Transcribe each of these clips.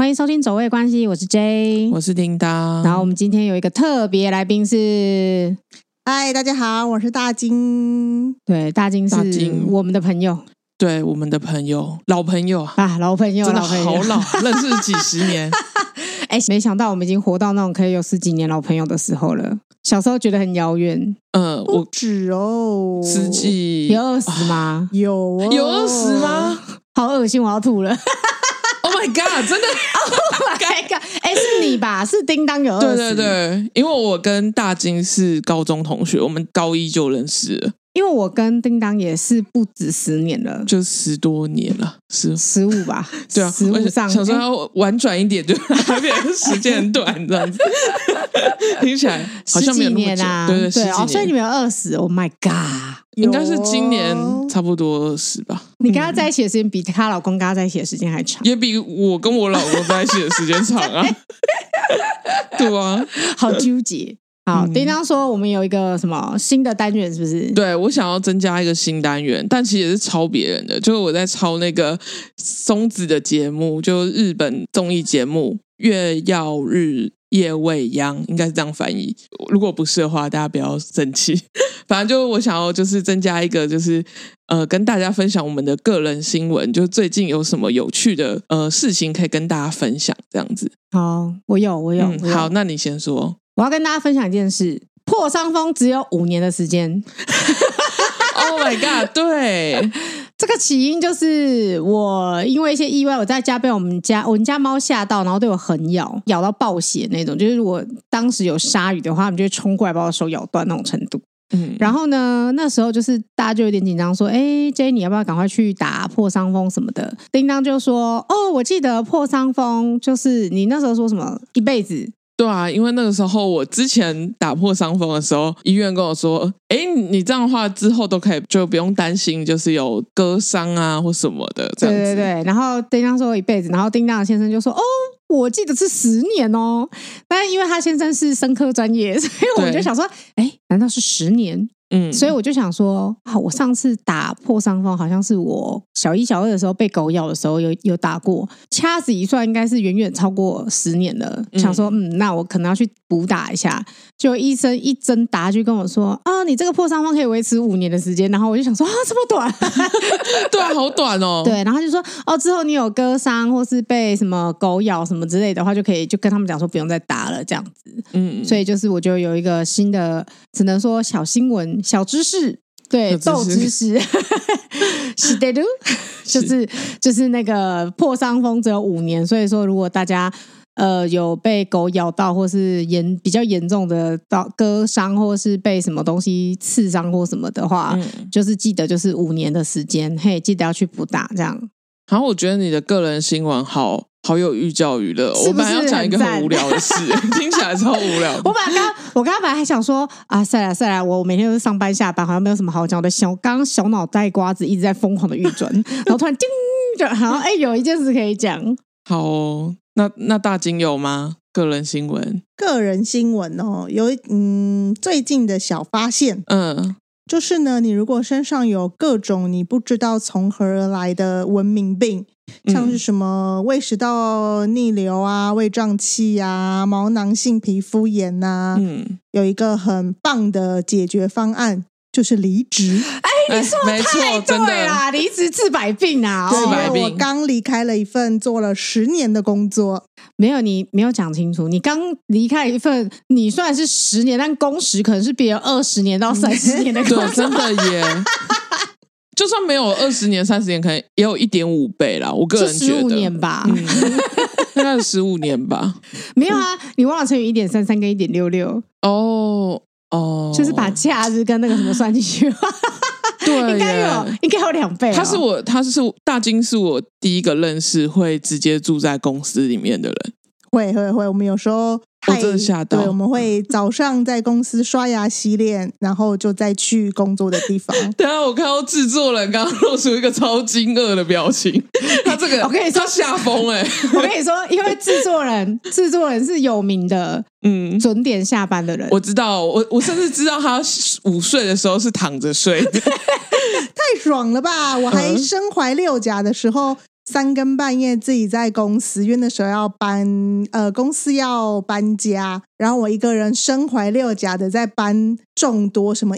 欢迎收听走位关系，我是 J， 我是叮当。 然后我们今天有一个特别来宾是， 嗨，大家好，我是大金。 对，大金是我们的朋友， 对，我们的朋友，老朋友啊，老朋友， 真的好老，认识几十年。 没想到我们已经活到那种可以有10几年老朋友的时候了。小时候觉得很遥远， 不止哦 ，10几有20吗？ 有哦， 有20吗？ 好恶心，我要吐了。 Oh my god！ 真的 ，Oh my god！ 是你吧？是叮当有20？ 对对对，因为我跟大金是高中同学，我们高一就认识了。 因为我跟叮当也是不止10年了， 就10多年了 ，15吧。 对啊 ，15上想说要婉转一点，就变成时间很短这样子。听起来好像没有那么久啊， 对对对哦，所以你们有20 ，Oh my god！ 应该是今年差不多20吧。 你跟他在一起的时间比她老公跟他在一起的时间还长， 也比我跟我老公在一起的时间长啊。对啊， 好纠结。好，叮当说我们有一个什么新的单元，是不是？ 对，我想要增加一个新单元，但其实也是抄别人的，就是我在抄那个松子的节目，就日本综艺节目《月曜日夜未央》，应该是这样翻译。如果不是的话，大家不要生气。反正就我想要就是增加一个，就是跟大家分享我们的个人新闻，就最近有什么有趣的事情可以跟大家分享，这样子。 好，我有。 好，那你先说。 我要跟大家分享一件事，破伤风只有5年的时间。 Oh my god！ 对， 这个起因就是我因为一些意外，我在家被我们家猫吓到，然后对我狠咬到爆血那种，就是如果当时有鲨鱼的话，他们就会冲过来把我手咬断那种程度。然后呢，那时候就是大家就有点紧张，说J 你要不要赶快去打破伤风什么的。叮当就说我记得破伤风就是你那时候说什么一辈子。 对啊，因为那个时候我之前打破伤风的时候，医院跟我说你这样的话之后都可以，就不用担心就是有割伤啊或什么的这样子。 对对对，然后叮当说一辈子，然后叮当的先生就说我记得是10年哦，但是因为他先生是生科专业，所以我就想说难道是10年？所以我就想说好，我上次打破伤风好像是我小1小2的时候被狗咬的时候有打过，掐指一算应该是远远超过10年了。想说那我可能要去补打一下，就医生一针打下去跟我说你这个破伤风可以维持5年的时间，然后我就想说这么短。 对啊，好短哦。 对，然后就说之后你有割伤或是被什么狗咬什么之类的话，就可以就跟他们讲说不用再打了这样子。所以就是我就有一个新的，只能说小新闻小知识，对，豆知识。是的，就是那个破伤风只有5年，所以说如果大家有被狗咬到或是比较严重的割伤或是被什么东西刺伤或什么的话，就是记得就是5年的时间，记得要去补打这样。 然后我觉得你的个人新闻好有寓教于乐， 是不是我本来要讲一个很无聊的事，听起来超无聊。 我刚刚本来还想说算了，我每天都是上班下班，好像没有什么好讲的。刚刚小脑袋瓜子一直在疯狂的运转，然后突然叮，就好像有一件事可以讲。 好哦，那大金有吗？个人新闻有最近的小发现，就是呢，你如果身上有各种你不知道从何而来的文明病，像是什么胃食道逆流啊、胃胀气啊、毛囊性皮肤炎啊，有一个很棒的解决方案，就是离职。 你说的太对啦，离职治百病啊！ 治百病。 我刚离开了一份做了10年的工作。 没有，你没有讲清楚。你刚离开一份，你虽然是10年，但工时可能是别人20年到30年的工作。 对，真的耶。就算没有20年、30年，可能也有1.5倍啦。我个人觉得 15年吧， 大概15年吧。 没有啊，你忘了乘以1.33跟1.66 哦， 就是把假日跟那个什么算进去。 对， 应该有2倍。 他是大金，是我第一个认识会直接住在公司里面的人。 会，我们有时候我真的吓到。 对，我们会早上在公司刷牙洗脸，然后就再去工作的地方。 等一下我看到制作人刚刚露出一个超惊愕的表情，他这个我跟你说他吓疯我跟你说，因为制作人是有名的，准点下班的人。 我知道，我甚至知道他午睡的时候是躺着睡的。 太爽了吧！我还身怀6甲的时候， 3更半夜自己在公司，因为那时候要公司要搬家，然后我一个人身怀六甲的在搬众多什么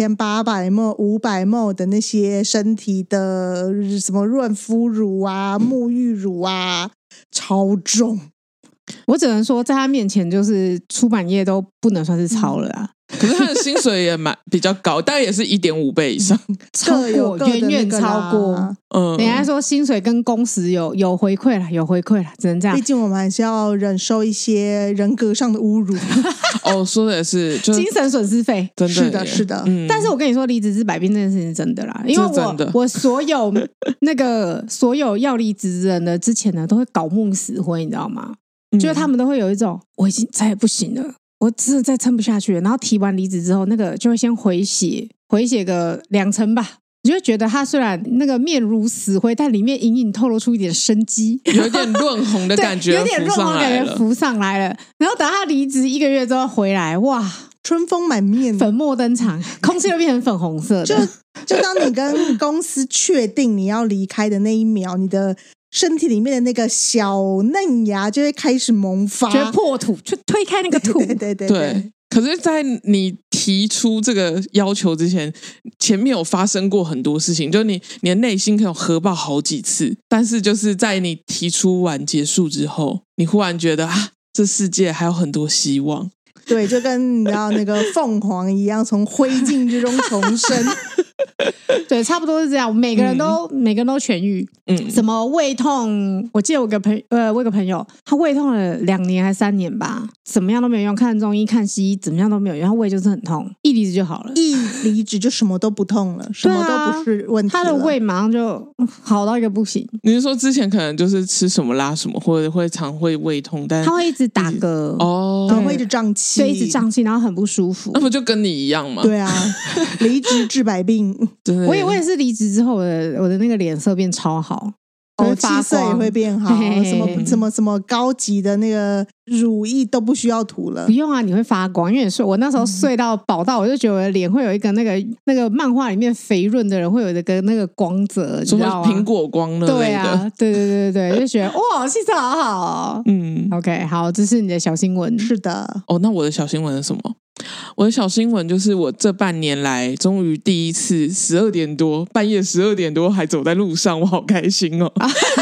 1800ml、500ml 的那些身体的什么润肤乳啊、沐浴乳啊，超重。 我只能说在他面前就是出版业都不能算是超了啊。 可是他的薪水也比较高，大概也是 1.5 倍以上， 超过远远超过。人家说薪水跟工时有回馈了，有回馈了，只能这样。 毕竟我们还是要忍受一些人格上的侮辱。 哦，说的也是， 精神损失费， 真的是的，是的。 但是我跟你说，离职治百病这件事情是真的啦，因为我所有所有要离职的人呢，之前呢都会搞木死灰，你知道吗？就是他们都会有一种我已经再也不行了，我真的再撑不下去了，然后提完离职之后，那个就会先回血个2层吧，你就会觉得他虽然那个面如死灰，但里面隐隐透露出一点生机， 有点润红的感觉， 有点润红的感觉浮上来了。然后等他离职1个月之后回来，哇， 春风满面， 粉墨登场，空气又变成粉红色的。 就当你跟公司确定你要离开的那一秒，你的身体里面的那个小嫩芽就会开始萌发， 就会破土，就推开那个土。 对。可是在你提出这个要求之前，前面有发生过很多事情，就你的内心可以有核爆好几次，但是就是在你提出完结束之后，你忽然觉得啊，这世界还有很多希望。 对，就跟你知道那个凤凰一样，从灰烬之中重生。 对，差不多是这样。每个人都痊愈。什么胃痛？我记得我有个朋友，他胃痛了2年还3年吧，怎么样都没有用，看中医看西医怎么样都没有用，他胃就是很痛，一离职就好了， 一离职就什么都不痛了，什么都不是问题了， 他的胃马上就好到一个不行。 你是说之前可能就是吃什么拉什么，或者会常会胃痛，但他会一直打嗝哦， 然后会一直胀气， 对，一直胀气，然后很不舒服。 那不就跟你一样吗？ 对啊，离职治百病。 我也是离职之后，我的那个脸色变超好， 气色也会变好，什么高级的那个乳液都不需要涂了。 不用啊，你会发光，因为我那时候睡到饱到，我就觉得我的脸会有一个那个漫画里面肥润的人会有一个那个光泽，你知道吗？ 苹果光那类的。 对啊，对，就觉得哇，气色好好哦。OK， 好，这是你的小新闻。 是的。 哦，那我的小新闻是什么？我的小新闻就是我这半年来终于第一次半夜12点多还走在路上，我好开心哦。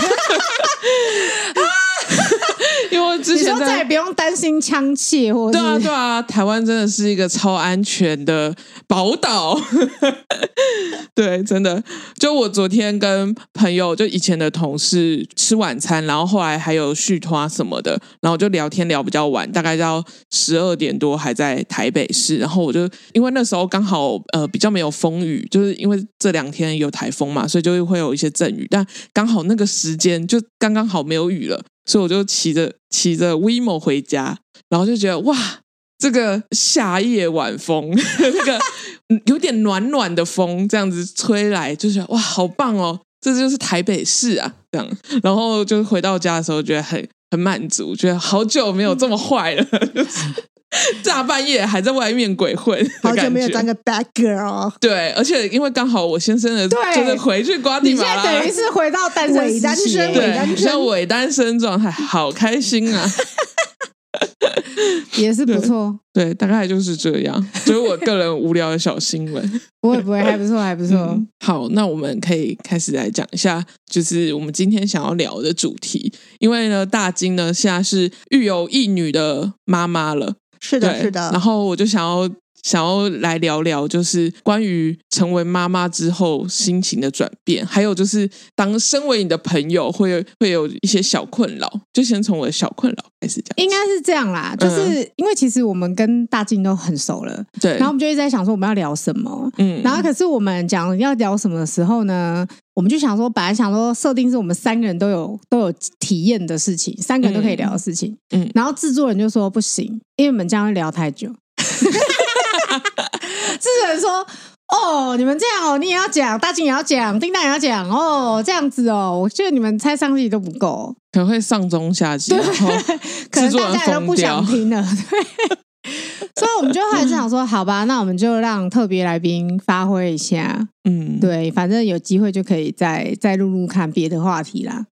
因为之前你说再也不用担心枪械或者对啊，台湾真的是一个超安全的宝岛。对，真的，就我昨天跟朋友就以前的同事吃晚餐，然后后来还有续托什么的，然后就聊天聊比较晚，大概到12点多还在台北市，然后我就因为那时候刚好比较没有风雨，就是因为这2天有台风嘛，所以就会有一些阵雨，但刚好那个时间就刚刚好没有雨了，所以我就骑着 WeMo 回家，然后就觉得哇，这个夏夜晚风那个有点暖暖的风这样子吹来，就觉得哇好棒哦，这就是台北市啊这样。然后就回到家的时候觉得很满足，觉得好久没有这么坏了。大半夜还在外面鬼混， 好久没有当个 bad girl。 对，而且因为刚好我先生的就是回去瓜地马拉， 你现在等于是回到伪单身， 像伪单身状态，好开心啊！ 也是不错。 对，大概就是这样，就是我个人无聊的小新闻。 不会，还不错。 好，那我们可以开始来讲一下，就是我们今天想要聊的主题。因为呢，大金呢现在是育有1女的妈妈了。 是的，是的。 然后我就想要来聊聊，就是关于成为妈妈之后心情的转变，还有就是当身为你的朋友会有一些小困扰，就先从我的小困扰开始讲。 应该是这样啦，就是因为其实我们跟大静都很熟了， 对， 然后我们就一直在想说我们要聊什么，然后可是我们讲要聊什么的时候呢，我们就想说，本来想说设定是我们3个人都有体验的事情，3个人都可以聊的事情，然后制作人就说不行，因为我们这样会聊太久。制作人说：“哦，你们这样哦，你也要讲，大金也要讲，叮当也要讲哦，这样子哦，我觉得你们猜上集都不够， 可能会上中下集，然后可能大家也都不想听了。对，所以我们就还是想说，好吧，那我们就让特别来宾发挥一下。对，反正有机会就可以再录看别的话题啦。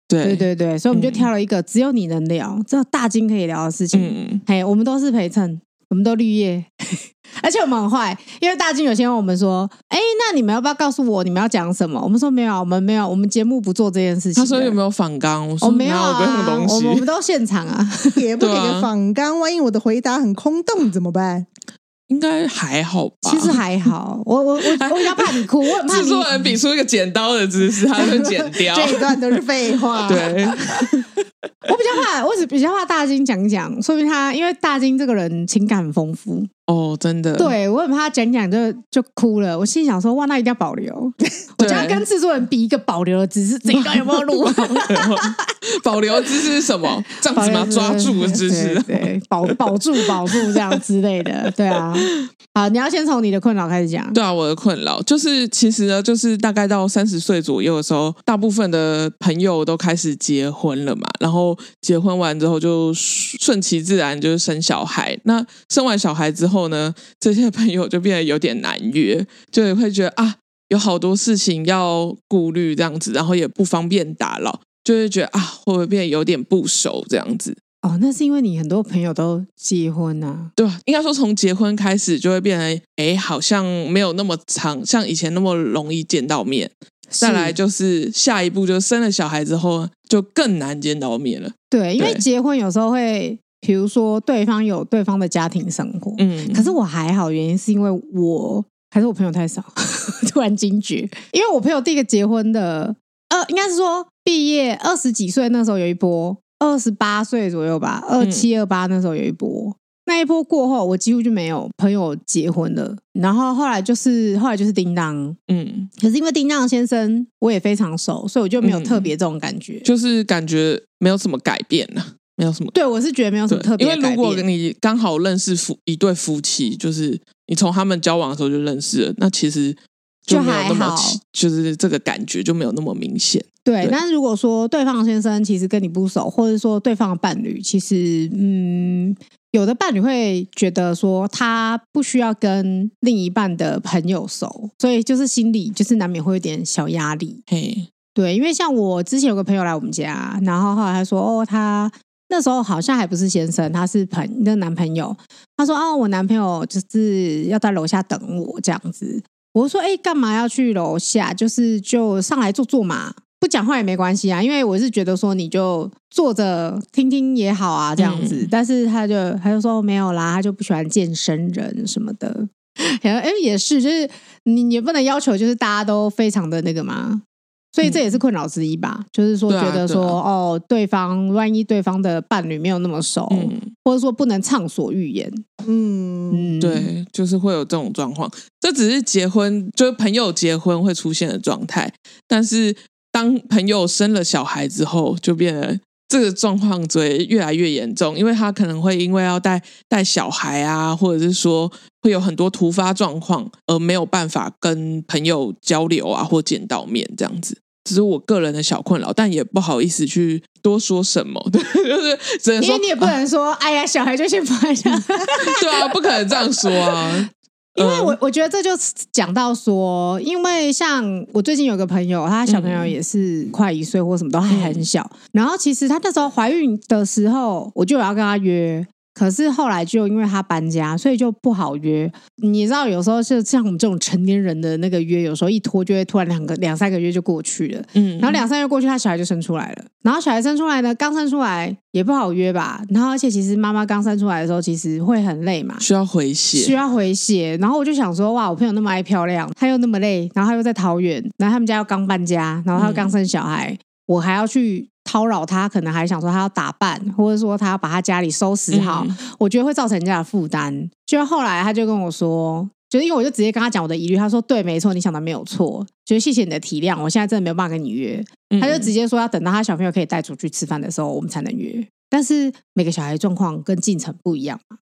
对对对，所以我们就挑了一个只有你能聊，只有大金可以聊的事情。我们都是陪衬，我们都绿叶。而且我们很坏，因为大金有先问我们说那你们要不要告诉我你们要讲什么？我们说没有，我们没有，我们节目不做这件事情。 他说有没有访纲？我说没有啊，这种东西我们都现场啊， 也不给个访纲，万一我的回答很空洞怎么办？ 应该还好吧， 其实还好。我比较怕你哭，我很怕你。 制作人比出一个剪刀的姿势，他就剪掉。 这一段都是废话。 对， 我比较怕大金讲讲，说明他因为大金这个人情感很丰富哦，真的。 对，我很怕他讲讲就哭了。我心想说，哇，那一定要保留。我就要跟制作人比一个保留的姿势，这一段有没有录？ 保留的姿势是什么？这样子吗？抓住的姿势， 对，保住这样之类的，对啊。好，你要先从你的困扰开始讲。 对啊，我的困扰就是其实呢，就是大概到30岁左右的时候，大部分的朋友都开始结婚了嘛，然后结婚完之后就顺其自然就是生小孩。那生完小孩之后呢，这些朋友就变得有点难约，就也会觉得啊，有好多事情要顾虑这样子，然后也不方便打扰，就会觉得啊，会不会变得有点不熟这样子。 哦，那是因为你很多朋友都结婚啊。 对，应该说从结婚开始就会变成好像没有那么长，像以前那么容易见到面。再来就是下一步就是生了小孩之后就更难见到面了。 对，因为结婚有时候会比如说对方有对方的家庭生活，可是我还好，原因是因为还是我朋友太少。突然惊觉，因为我朋友第一个结婚的应该是说毕业20几岁那时候有一波，28岁左右吧，27、28那时候有一波，那一波过后，我几乎就没有朋友结婚了。然后后来就是叮当，可是因为叮当先生我也非常熟，所以我就没有特别这种感觉， 就是感觉没有什么改变啊，没有什么。 对，我是觉得没有什么特别的改变。 因为如果你刚好认识一对夫妻，就是你从他们交往的时候就认识了，那其实就没有那么就是这个感觉就没有那么明显。 对，但是如果说对方先生其实跟你不熟，或者说对方的伴侣其实有的伴侣会觉得说他不需要跟另一半的朋友熟，所以就是心里就是难免会有点小压力。对，因为像我之前有个朋友来我们家，然后后来他说他那时候好像还不是先生，他是男朋友。他说我男朋友就是要在楼下等我这样子。我说干嘛要去楼下？就上来坐嘛，不讲话也没关系啊。因为我是觉得说你就坐着听听也好啊这样子。但是他就说没有啦，他就不喜欢见生人什么的。也是，就是你也不能要求就是大家都非常的那个嘛。所以这也是困扰之一吧，就是说觉得说对方万一对方的伴侣没有那么熟，或者说不能畅所欲言， 对，就是会有这种状况。这只是结婚，就是朋友结婚会出现的状态，但是当朋友生了小孩之后，就变得这个状况只会越来越严重，因为他可能会因为要带小孩啊，或者是说会有很多突发状况，而没有办法跟朋友交流啊，或见到面这样子。只是我个人的小困扰，但也不好意思去多说什么，对，就是只能说， 因为你也不能说，哎呀，小孩就先放下， 对啊，不可能这样说啊。 因为我觉得这就讲到说，因为像我最近有个朋友，他小朋友也是快1岁或什么都还很小，然后其实他那时候怀孕的时候，我就有要跟他约。可是后来就因为他搬家，所以就不好约。你知道有时候是像我们这种成年人的那个约，有时候一拖就会突然2-3个月就过去了。然后2-3个月过去，他小孩就生出来了。然后小孩生出来呢，刚生出来也不好约吧。然后而且其实妈妈刚生出来的时候，其实会很累嘛， 需要回血。 然后我就想说，哇，我朋友那么爱漂亮，他又那么累，然后他又在桃园，然后他们家又刚搬家，然后他又刚生小孩，我还要去叨扰他，可能还想说他要打扮，或者说他要把他家里收拾好，我觉得会造成人家的负担。就后来他就跟我说，就是因为我就直接跟他讲我的疑虑，他说对，没错，你想的没有错，就是谢谢你的体谅，我现在真的没有办法跟你约。他就直接说要等到他小朋友可以带出去吃饭的时候我们才能约，但是每个小孩状况跟进程不一样嘛，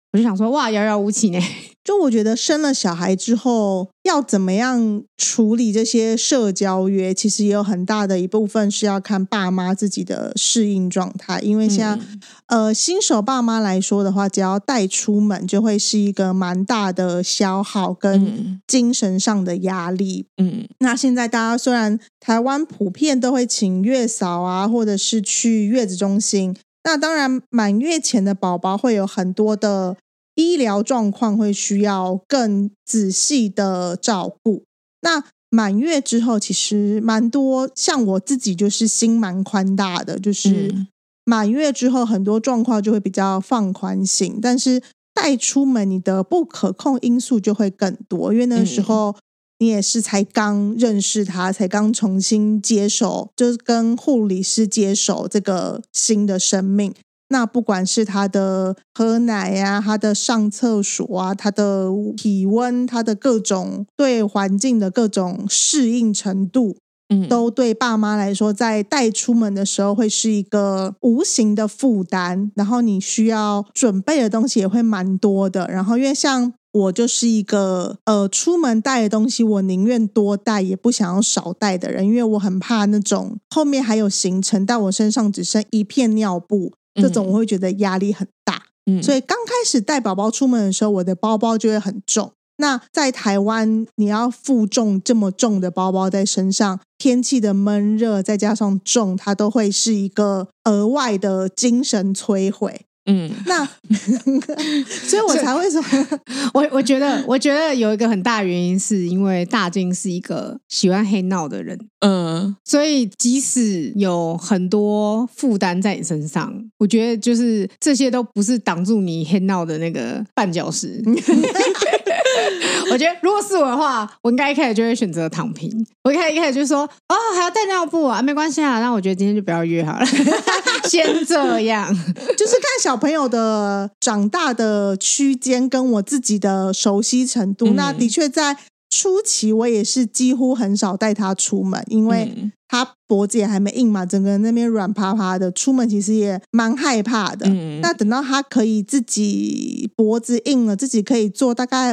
我就想说哇，遥遥无期呢。 就我觉得生了小孩之后要怎么样处理这些社交约，其实也有很大的一部分是要看爸妈自己的适应状态。因为像新手爸妈来说的话，只要带出门就会是一个蛮大的消耗跟精神上的压力。那现在大家虽然台湾普遍都会请月嫂啊，或者是去月子中心，那当然满月前的宝宝会有很多的医疗状况会需要更仔细的照顾。那满月之后其实蛮多，像我自己就是心蛮宽大的，就是满月之后很多状况就会比较放宽心，但是带出门你的不可控因素就会更多，因为那时候你也是才刚认识他，才刚重新接手，就是跟护理师接手这个新的生命。那不管是他的喝奶啊，他的上厕所啊，他的体温，他的各种对环境的各种适应程度，都对爸妈来说在带出门的时候会是一个无形的负担，然后你需要准备的东西也会蛮多的。然后因为像我就是一个出门带的东西我宁愿多带也不想要少带的人，因为我很怕那种后面还有行程但我身上只剩一片尿布，这种我会觉得压力很大。所以刚开始带宝宝出门的时候，我的包包就会很重。那在台湾你要负重这么重的包包在身上，天气的闷热再加上重，它都会是一个额外的精神摧毁。那所以我才会说我觉得有一个很大原因是因为大金是一个喜欢黑闹的人，所以即使有很多负担在你身上，我觉得就是这些都不是挡住你黑闹的那个绊脚石。我觉得如果是我的话，我应该一开始就会选择躺平。我一开始就说还要带尿布啊，没关系啊，那我觉得今天就不要约好了。先这样， 就是看小朋友的长大的区间跟我自己的熟悉程度。那的确在初期我也是几乎很少带他出门，因为他脖子也还没硬嘛，整个人那边软趴趴的，出门其实也蛮害怕的。那等到他可以自己脖子硬了，自己可以坐大概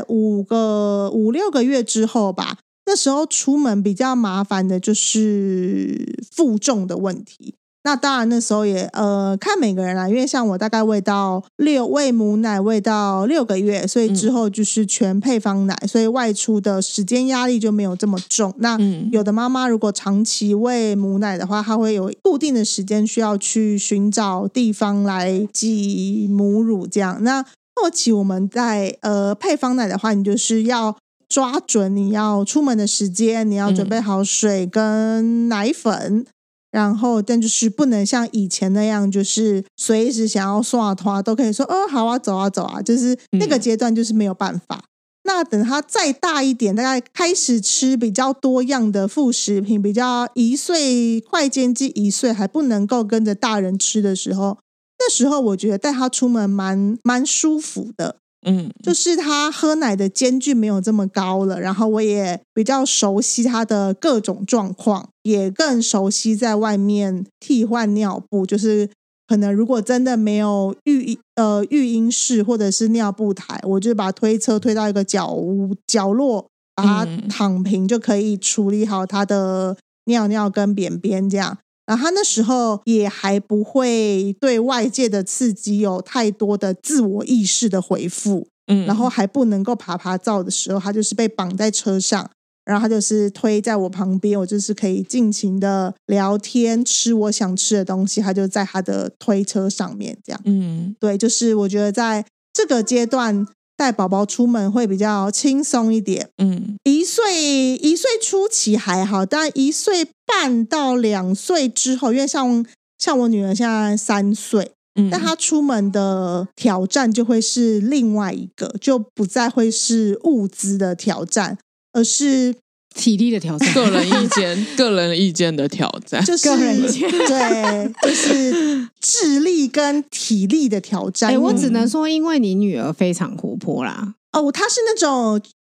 5-6个月之后吧，那时候出门比较麻烦的就是负重的问题。那当然那时候也看每个人啦，因为像我大概喂母奶喂到6个月，所以之后就是全配方奶，所以外出的时间压力就没有这么重。那有的妈妈如果长期喂母奶的话，她会有固定的时间需要去寻找地方来挤母乳这样。那后期我们在配方奶的话，你就是要抓准你要出门的时间，你要准备好水跟奶粉，然后但就是不能像以前那样就是随时想要刷团都可以说好啊走啊走啊，就是那个阶段就是没有办法。那等他再大一点，大概开始吃比较多样的副食品，比较1岁快接近1岁还不能够跟着大人吃的时候，那时候我觉得带他出门蛮舒服的。就是他喝奶的间距没有这么高了，然后我也比较熟悉他的各种状况，也更熟悉在外面替换尿布，就是可能如果真的没有育婴室或者是尿布台，我就把推车推到一个角落，把它躺平就可以处理好他的尿尿跟便便这样。然后他那时候也还不会对外界的刺激有太多的自我意识的回复，然后还不能够爬照的时候，他就是被绑在车上，然后他就是推在我旁边，我就是可以尽情的聊天吃我想吃的东西，他就在他的推车上面这样。对，就是我觉得在这个阶段带宝宝出门会比较轻松一点。1岁初期还好，但1岁半到2岁之后，因为像我女儿现在3岁，但她出门的挑战就会是另外一个，就不再会是物资的挑战，而是体力的挑战， 个人意见的挑战， 就是个人意见对，就是智力跟体力的挑战。 我只能说因为你女儿非常活泼啦。 她是那种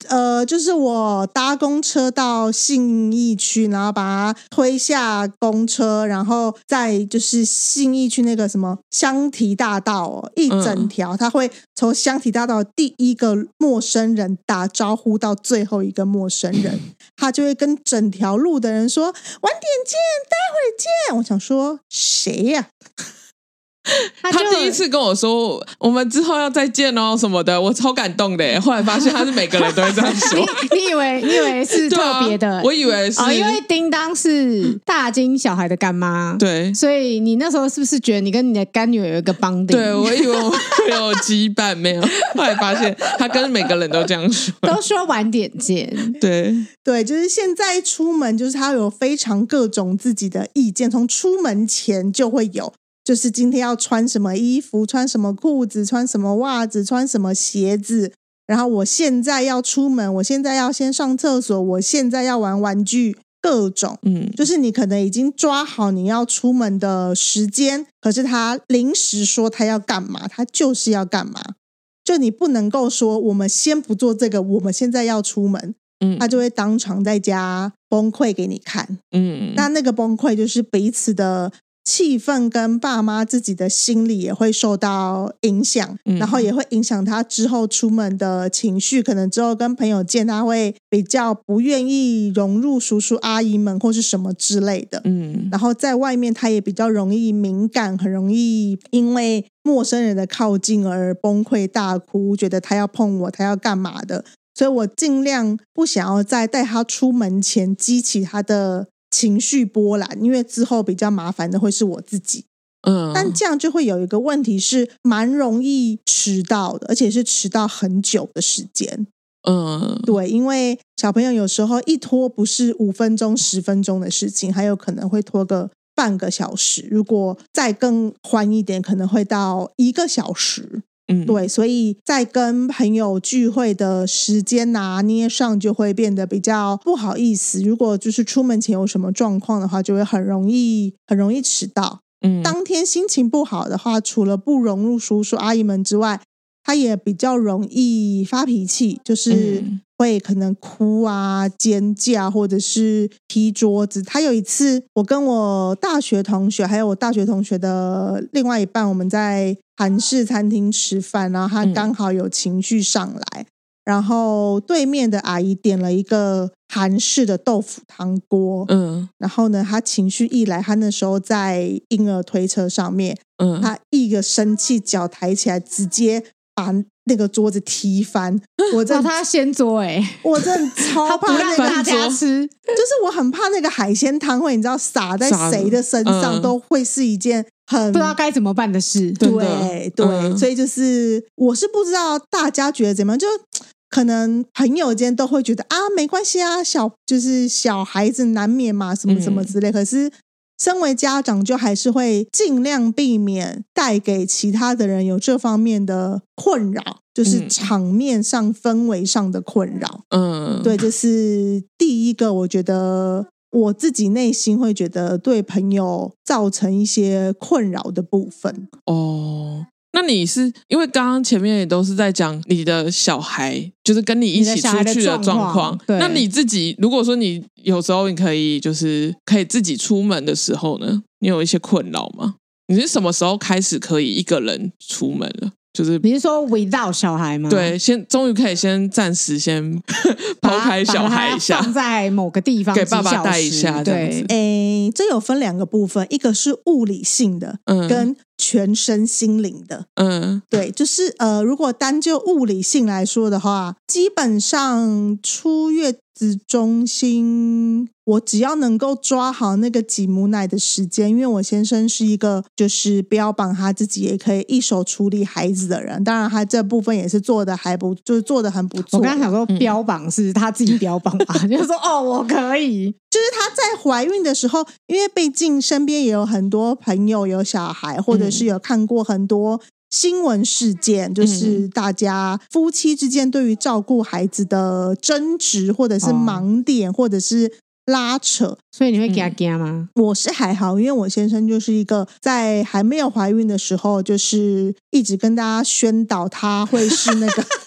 就是我搭公车到信义区，然后把它推下公车，然后再就是信义区那个什么香堤大道一整条，他会从香堤大道第一个陌生人打招呼到最后一个陌生人，他就会跟整条路的人说晚点见，待会见。我想说谁呀？ 他第一次跟我说我们之后要再见哦什么的，我超感动的耶。后来发现他是每个人都会这样说你以为是特别的？ 我以为是因为叮当是大金小孩的干妈， 对， 所以你那时候是不是觉得你跟你的干女儿有一个bonding？ 对，我以为我有羁绊，没有。后来发现他跟每个人都这样说， 都说晚点见。 对，就是现在出门，就是他有非常各种自己的意见，从出门前就会有。就是今天要穿什么衣服，穿什么裤子，穿什么袜子，穿什么鞋子，然后我现在要出门，我现在要先上厕所，我现在要玩玩具，各种就是你可能已经抓好你要出门的时间，可是他临时说他要干嘛，他就是要干嘛，就你不能够说我们先不做这个，我们现在要出门，他就会当场在家崩溃给你看。那个崩溃就是彼此的气氛跟爸妈自己的心理也会受到影响，然后也会影响他之后出门的情绪，可能之后跟朋友见他会比较不愿意融入叔叔阿姨们或是什么之类的。然后在外面他也比较容易敏感，很容易因为陌生人的靠近而崩溃大哭，觉得他要碰我，他要干嘛的，所以我尽量不想要在带他出门前激起他的情绪波澜，因为之后比较麻烦的会是我自己。但这样就会有一个问题是蛮容易迟到的，而且是迟到很久的时间。对，因为小朋友有时候一拖不是5分钟10分钟的事情，还有可能会拖个半个小时，如果再更欢一点可能会到1个小时。对，所以在跟朋友聚会的时间拿捏上就会变得比较不好意思，如果就是出门前有什么状况的话，就会很容易迟到。当天心情不好的话，除了不融入叔叔阿姨们之外，他也比较容易发脾气，就是会可能哭啊、尖叫或者是踢桌子。他有一次我跟我大学同学还有我大学同学的另外一半，我们在韩式餐厅吃饭，然后他刚好有情绪上来，然后对面的阿姨点了一个韩式的豆腐汤锅，然后呢他情绪一来，他那时候在婴儿推车上面，他一个生气脚抬起来直接把那个桌子踢翻。 他掀桌我真的超怕那个大家吃， 就是我很怕那个海鲜汤会你知道洒在谁的身上都会是一件很不知道该怎么办的事。 对，所以就是我是不知道大家觉得怎么样，就可能朋友间都会觉得啊没关系啊，就是小孩子难免嘛，什么什么之类，可是身为家长就还是会尽量避免带给其他的人有这方面的困扰，就是场面上氛围上的困扰。对，这是第一个我觉得我自己内心会觉得对朋友造成一些困扰的部分。 那你是因为刚刚前面也都是在讲你的小孩就是跟你一起出去的状况，那你自己如果说你有时候你可以自己出门的时候呢，你有一些困扰吗？你是什么时候开始可以一个人出门了？就是你是说 without 小孩吗？ 对，终于可以暂时抛开小孩一下， 放在某个地方给爸爸带一下。 对， 这有分2个部分，一个是物理性的，跟全身心灵的。对，就是如果单就物理性来说的话，基本上出月子中心我只要能够抓好那个挤母奶的时间，因为我先生是一个就是标榜他自己也可以一手处理孩子的人，当然他这部分也是做的就是做的很不错。 我刚才想说标榜是他自己标榜吧，就是说我可以， 就是他在怀孕的时候，因为毕竟身边也有很多朋友有小孩，或者是有看过很多新闻事件，就是大家夫妻之间对于照顾孩子的争执或者是盲点或者是拉扯。 所以你会给他惊吗？ 我是还好，因为我先生就是一个在还没有怀孕的时候就是一直跟大家宣导他会是那个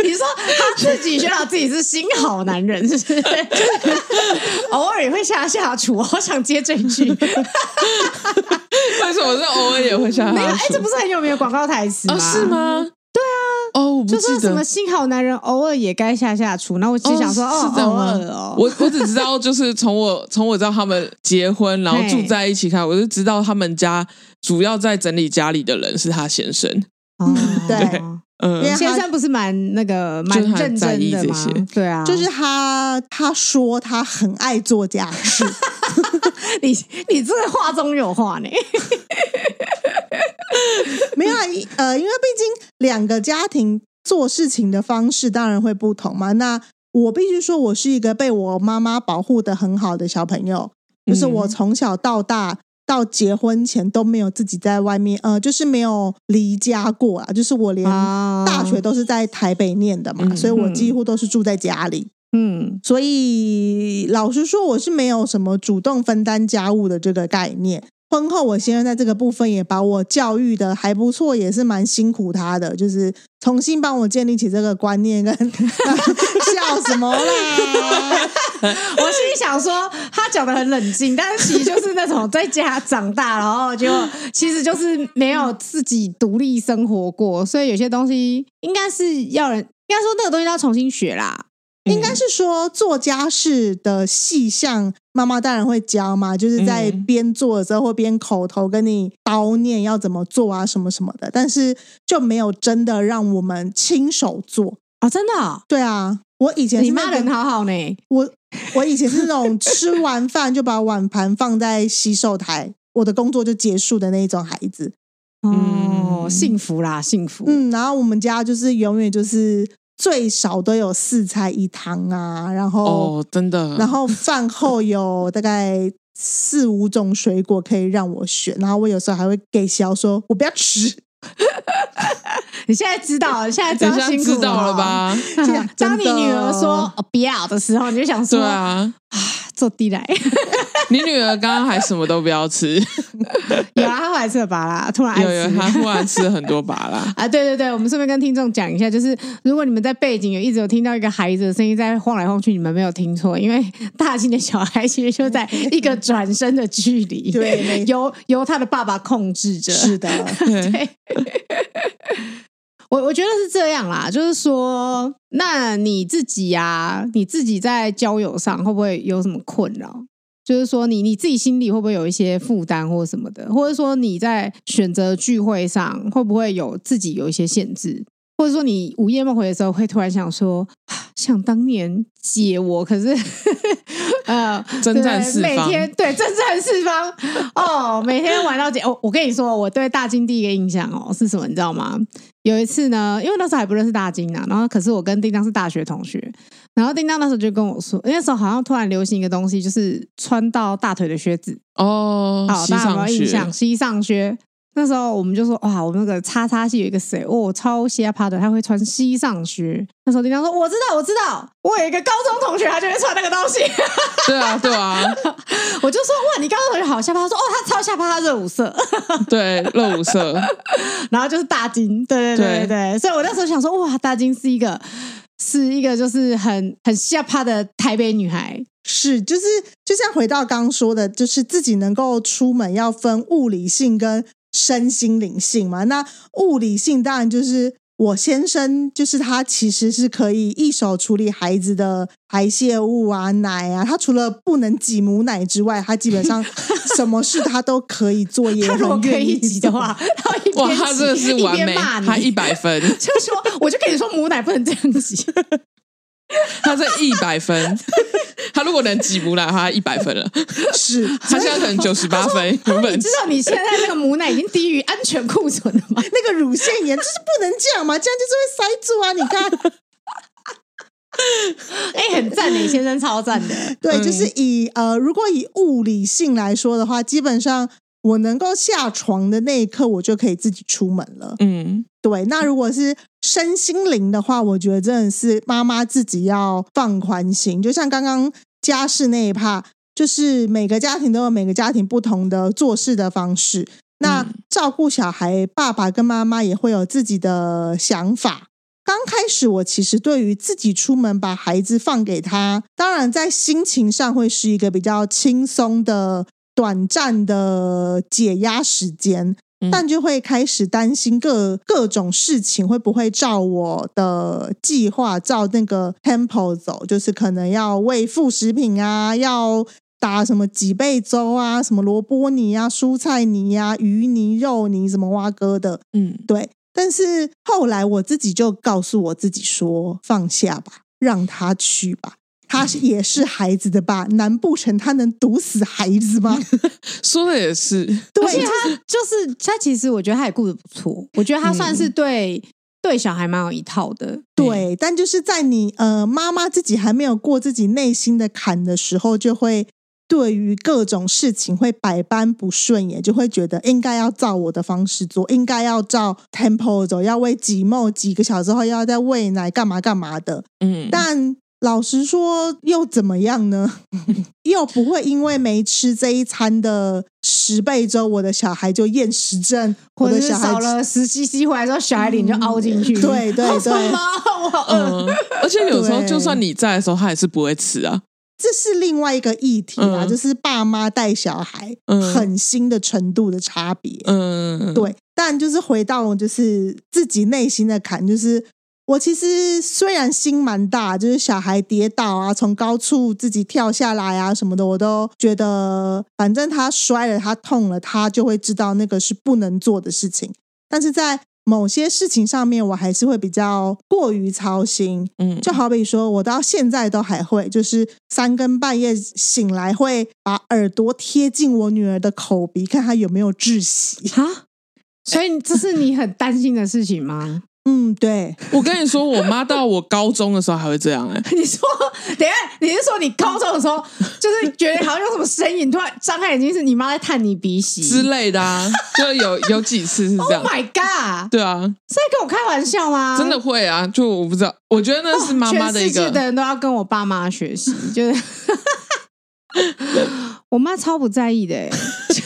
你说他自己觉得自己是新好男人，是不是？偶尔也会下厨，我好想接这一句。为什么是偶尔也会下厨？ 没有，这不是很有名的广告台词吗？ 是吗？ 对啊， 我不记得， 就说什么新好男人偶尔也该下厨，然后我就想说， 是这样吗？我只知道，就是从我知道他们结婚，然后住在一起开，我就知道他们家主要在整理家里的人是他先生。 对。 先生不是蛮认真的吗？对啊， 就是他说他很爱做家事。 你这个话中有话呢。 没有啊，因为毕竟两个家庭做事情的方式当然会不同嘛。那我必须说，我是一个被我妈妈保护的很好的小朋友，就是我从小到大。到结婚前都没有自己在外面，就是没有离家过啊。就是我连大学都是在台北念的嘛，所以我几乎都是住在家里。所以老实说，我是没有什么主动分担家务的这个概念。婚后我先生在这个部分也把我教育的还不错，也是蛮辛苦他的，就是重新帮我建立起这个观念跟笑什么啦。 我心里想说他讲的很冷静，但是其实就是那种在家长大，然后就其实就是没有自己独立生活过，所以有些东西应该说那个东西要重新学啦。 应该是说做家事的细项妈妈当然会教嘛，就是在边做的时候或边口头跟你叨念要怎么做啊什么什么的，但是就没有真的让我们亲手做啊。真的哦？ 对啊，我以前是你妈人好好呢。 我以前是那种吃完饭就把碗盘放在洗手台，我的工作就结束的那一种孩子。 幸福啦，幸福。 然后我们家就是永远就是最少都有4菜1汤啊，然后真的， 然后饭后有大概4、5种水果可以让我选，然后我有时候还会给小说我不要吃。 你现在知道了，现在辛苦知道了吧？ 当你女儿说不要的时候，你就想说，对啊，坐地来。 你女儿刚刚还什么都不要吃。 有啊，她后来吃了芭乐，突然爱吃。 有，她忽然吃了很多芭乐啊！对，我们顺便跟听众讲一下，就是如果你们在背景一直有听到一个孩子的声音在晃来晃去，你们没有听错，因为大金的小孩其实就在一个转身的距离， 对， 由他的爸爸控制着。 是的， 对。我觉得是这样啦，就是说，那你自己在交友上会不会有什么困扰？就是说你自己心里会不会有一些负担或什么的，或者说你在选择聚会上会不会自己有一些限制，或者说你午夜梦回的时候会突然想说，想当年姐我可是征战四方， 每天征战四方每天玩到姐。我跟你说，我对大金第一个印象是什么，你知道吗？有一次呢，因为那时候还不认识大金啊，然后可是我跟叮当是大学同学，然后叮当那时候就跟我说，那时候好像突然流行一个东西，就是穿到大腿的靴子大家有没有印象？西上靴。那时候我们就说，哇，我们那个叉叉系有一个谁超瞎趴的，他会穿西上靴。那时候叮当说，我知道，我有一个高中同学，他就会穿那个东西。 对啊， 我就说，哇，你高中同学好下趴。他说，他超下趴，他热舞社。 对，热舞社。 然后就是大金，对，所以我那时候想说，哇，大金是一个就是很下趴的台北女孩。 是，就像回到刚刚说的，就是自己能够出门要分物理性跟身心灵性嘛。那物理性当然就是我先生，就是他其实是可以一手处理孩子的排泄物啊、奶啊，他除了不能挤母奶之外，他基本上什么事他都可以做，也很愿意挤的话，他一边哇，他真的是完美，他100分。 就说，我就跟你说，母奶不能这样挤。 他这100分，他如果能挤母奶的话，他100分了。 是， 他现在可能98分。 你知道你现在那个母奶已经低于安全库存了吗？ 那个乳腺炎就是不能这样嘛，这样就是会塞住啊！你看。 很赞耶，先生超赞的。 对，就是如果以物理性来说的话，基本上我能够下床的那一刻，我就可以自己出门了。对。那如果是身心灵的话，我觉得真的是妈妈自己要放宽心。就像刚刚家事那一趴，就是每个家庭都有每个家庭不同的做事的方式。那照顾小孩，爸爸跟妈妈也会有自己的想法。 刚开始我其实对于自己出门把孩子放给他，当然在心情上会是一个比较轻松的短暂的解压时间，但就会开始担心各种事情会不会照我的计划照那个 tempo 走，就是可能要喂副食品啊，要打什么几倍粥啊，什么萝卜泥啊，蔬菜泥啊，鱼泥肉泥什么蛙哥的，对。但是后来我自己就告诉我自己说，放下吧，让他去吧，他也是孩子的爸，难不成他能毒死孩子吗？ 说的也是， 对，而且他其实我觉得他也顾得不错，我觉得他算是对小孩蛮有一套的。 对，但就是在你妈妈自己还没有过自己内心的坎的时候，就会对于各种事情会百般不顺眼，就会觉得应该要照我的方式做，应该要照 tempo 走，要喂几个小时后要再喂奶干嘛干嘛的。但老实说又怎么样呢？又不会因为没吃这一餐的10倍粥，我的小孩就厌食症， 或者是少了10cc 回来之后小孩脸就凹进去。 对对对， 我好饿。 而且有时候就算你在的时候他也是不会吃啊， 这是另外一个议题啦，就是爸妈带小孩狠心的程度的差别。对，但就是回到就是自己内心的坎，就是我其实虽然心蛮大，就是小孩跌倒啊，从高处自己跳下来啊什么的，我都觉得反正他摔了，他痛了，他就会知道那个是不能做的事情。但是在某些事情上面我还是会比较过于操心，就好比说我到现在都还会就是3更半夜醒来会把耳朵贴近我女儿的口鼻看她有没有窒息。 所以这是你很担心的事情吗？ 对， 我跟你说，我妈到我高中的时候还会这样。 你说，等一下，你是说你高中的时候，就是觉得好像有什么声音，突然张开眼睛是你妈在探你鼻息之类的啊？就有几次是这样。 Oh my god！ 对啊， 是在跟我开玩笑吗？ 真的会啊！就我不知道，我觉得那是妈妈的一个， 全世界的人都要跟我爸妈学习，就是我妈超不在意的欸。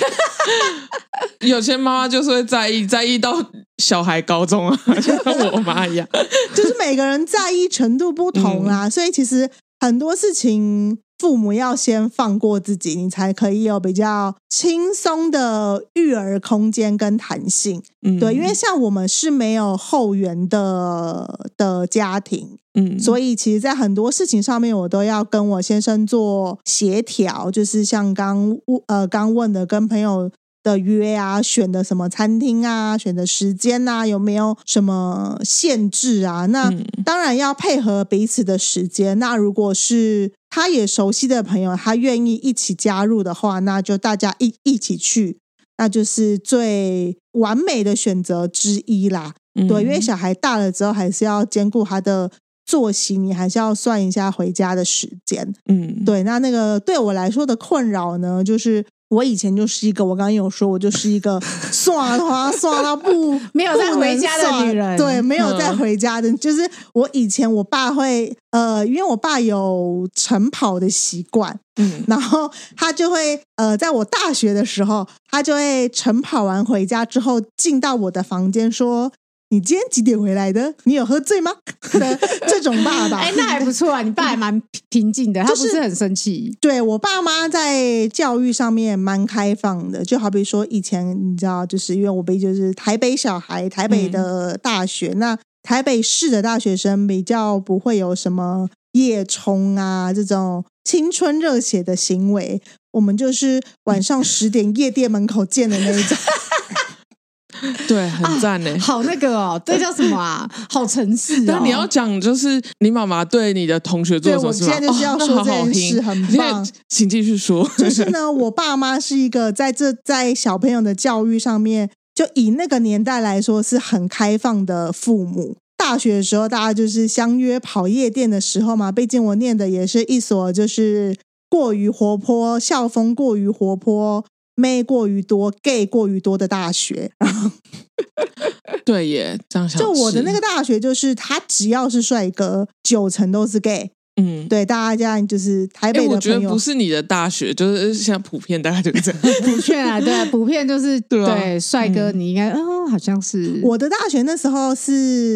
有些妈妈就是会在意到小孩高中啊，就像我妈一样， 就是每个人在意程度不同啦，所以其实很多事情父母要先放过自己，你才可以有比较轻松的育儿空间跟弹性。对，因为像我们是没有后援的家庭，所以其实在很多事情上面我都要跟我先生做协调，就是像刚问的跟朋友的约啊，选的什么餐厅啊，选的时间啊，有没有什么限制啊，那当然要配合彼此的时间。那如果是他也熟悉的朋友，他愿意一起加入的话，那就大家一起去，那就是最完美的选择之一啦。对，因为小孩大了之后还是要兼顾他的作息，你还是要算一下回家的时间。对，那个对我来说的困扰呢，就是我以前就是一个，我刚刚有说我就是一个刷到不没有再回家的女人。 对，没有再回家的，就是我以前我爸会因为我爸有晨跑的习惯，然后他就会在我大学的时候，他就会晨跑完回家之后进到我的房间说，你今天几点回来的？你有喝醉吗？这种爸爸， 那还不错啊，你爸还蛮平静的，他不是很生气。 对，我爸妈在教育上面蛮开放的，就好比说以前你知道，就是因为我就是台北小孩，台北的大学，那台北市的大学生比较不会有什么夜冲啊这种青春热血的行为，我们就是晚上10点夜店门口见的那一种。 对，很赞呢， 好那个哦，这叫什么啊？好城市哦。 但你要讲就是你妈妈对你的同学做什么事吗？ 对，我现在就是要说这件事，很棒， 请继续说。 就是呢，我爸妈是一个在小朋友的教育上面，就以那个年代来说是很开放的父母。大学的时候，大家就是相约跑夜店的时候嘛，毕竟我念的也是一所就是过于活泼、校风过于活泼、妹过于多 gay 过于多的大学。 对耶，这样想就我的那个大学就是他只要是帅哥9成都是 gay。对，大家就是台北的朋友， 我觉得不是你的大学，就是像普遍大概就是这样。 普遍啊，对，普遍就是对帅哥，你应该好像是我的大学那时候是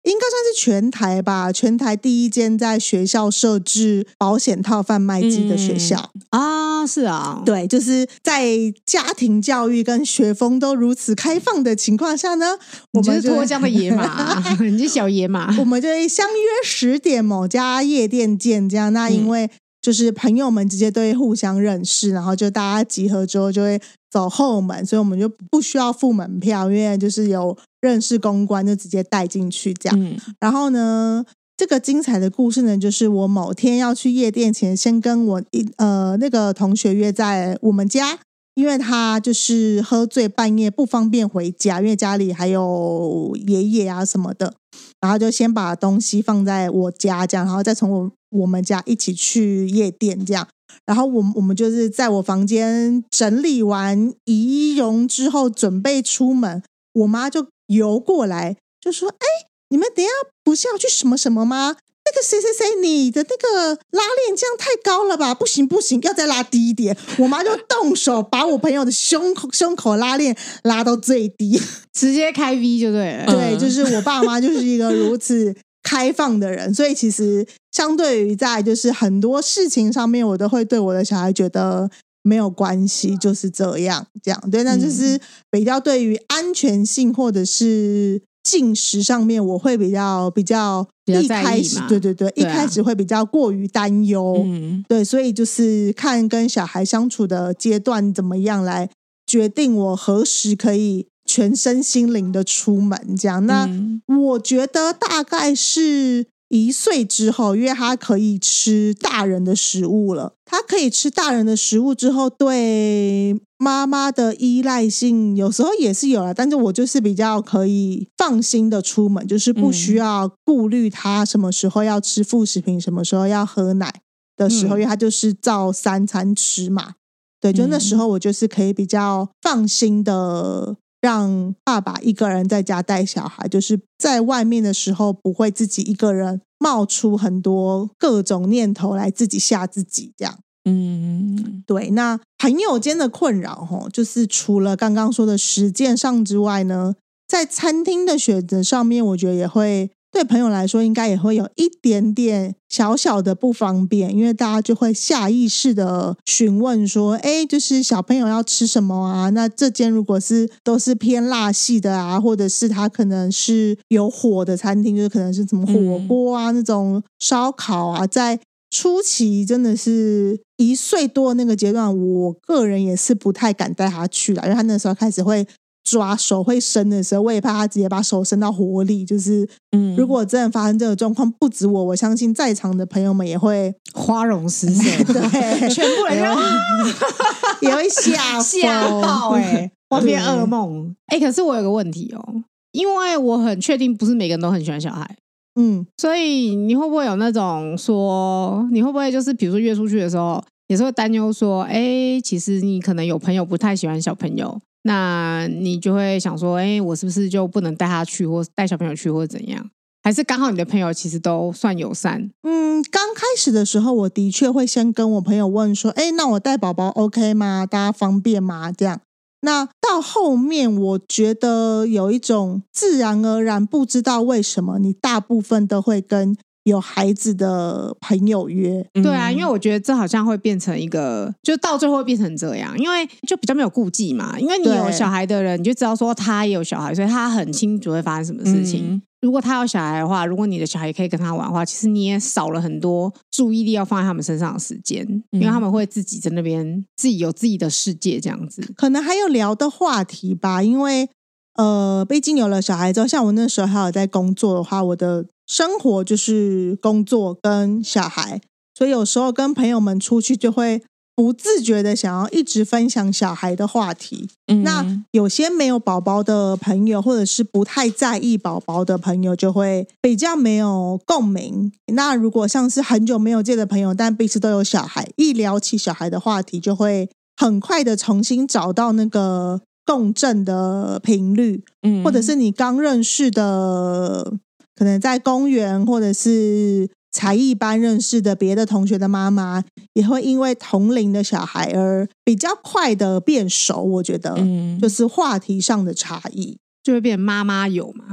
应该算是全台吧，全台第一间在学校设置保险套贩卖机的学校啊，是啊， 对，就是在家庭教育跟学风都如此开放的情况下呢，我们就是脱缰的野马，你是小野马， 我们就会相约10点某家夜店见，这样。那因为就是朋友们直接都会互相认识，然后就大家集合之后就会走后门，所以我们就不需要付门票，因为就是有认识公关就直接带进去这样。然后呢，这个精彩的故事呢，就是我某天要去夜店前，先跟我那个同学约在我们家，因为他就是喝醉半夜不方便回家，因为家里还有爷爷啊什么的，然后就先把东西放在我家这样，然后再从我们家一起去夜店这样。然后我们就是在我房间整理完仪容之后准备出门，我妈就游过来就说：哎，你们等一下不是要去什么什么吗？那个谁谁谁，你的那个拉链这样太高了吧，不行不行，要再拉低一点。我妈就动手把我朋友的胸口拉链拉到最低， 直接开 V 就对了。 对，就是我爸妈就是一个如此开放的人，所以其实相对于在就是很多事情上面，我都会对我的小孩觉得没有关系，就是这样对。那就是比较对于安全性或者是进食上面，我会比较一开始对，一开始会比较过于担忧，对，所以就是看跟小孩相处的阶段怎么样来决定我何时可以全身心灵的出门这样。那我觉得大概是1岁之后，因为他可以吃大人的食物了，他可以吃大人的食物之后，对妈妈的依赖性有时候也是有啦，但是我就是比较可以放心的出门，就是不需要顾虑他什么时候要吃副食品，什么时候要喝奶的时候，因为他就是照3餐吃嘛。对，就那时候我就是可以比较放心的让爸爸一个人在家带小孩，就是在外面的时候不会自己一个人冒出很多各种念头来自己吓自己这样。对。那朋友间的困扰就是除了刚刚说的实践上之外呢，在餐厅的选择上面，我觉得也会对朋友来说应该也会有一点点小小的不方便，因为大家就会下意识的询问说，就是小朋友要吃什么啊？那这间如果是都是偏辣系的啊，或者是他可能是有火的餐厅，就是可能是什么火锅啊，那种烧烤啊，在初期真的是1岁多那个阶段，我个人也是不太敢带他去了，因为他那时候开始会抓手会伸的时候，我也怕他直接把手伸到火里，就是如果真的发生这个状况，不止我相信在场的朋友们也会花容失色， 对， 全部人也会吓爆我变噩梦。可是我有个问题因为我很确定不是每个人都很喜欢小孩，所以你会不会有那种说，你会不会就是比如说约出去的时候也是会担忧说，其实你可能有朋友不太喜欢小朋友，那你就会想说，我是不是就不能带他去，或带小朋友去，或者怎样？还是刚好你的朋友其实都算友善？ 刚开始的时候，我的确会先跟我朋友问说，那我带宝宝 OK 吗？大家方便吗？这样。那到后面，我觉得有一种自然而然，不知道为什么，你大部分都会跟有孩子的朋友约。 对啊，因为我觉得这好像会变成一个，就到最后会变成这样，因为就比较没有顾忌嘛，因为你有小孩的人，你就知道说他也有小孩，所以他很清楚会发生什么事情。如果他有小孩的话，如果你的小孩也可以跟他玩的话，其实你也少了很多注意力要放在他们身上的时间，因为他们会自己在那边自己有自己的世界这样子。 可能还有聊的话题吧，因为毕竟有了小孩之后，像我那时候还有在工作的话，我的生活就是工作跟小孩，所以有时候跟朋友们出去就会不自觉的想要一直分享小孩的话题。那有些没有宝宝的朋友，或者是不太在意宝宝的朋友，就会比较没有共鸣。那如果像是很久没有见的朋友，但彼此都有小孩，一聊起小孩的话题，就会很快的重新找到那个共振的频率。或者是你刚认识的，可能在公园或者是才艺班认识的别的同学的妈妈，也会因为同龄的小孩而比较快的变熟。我觉得就是话题上的差异就会变妈妈友嘛。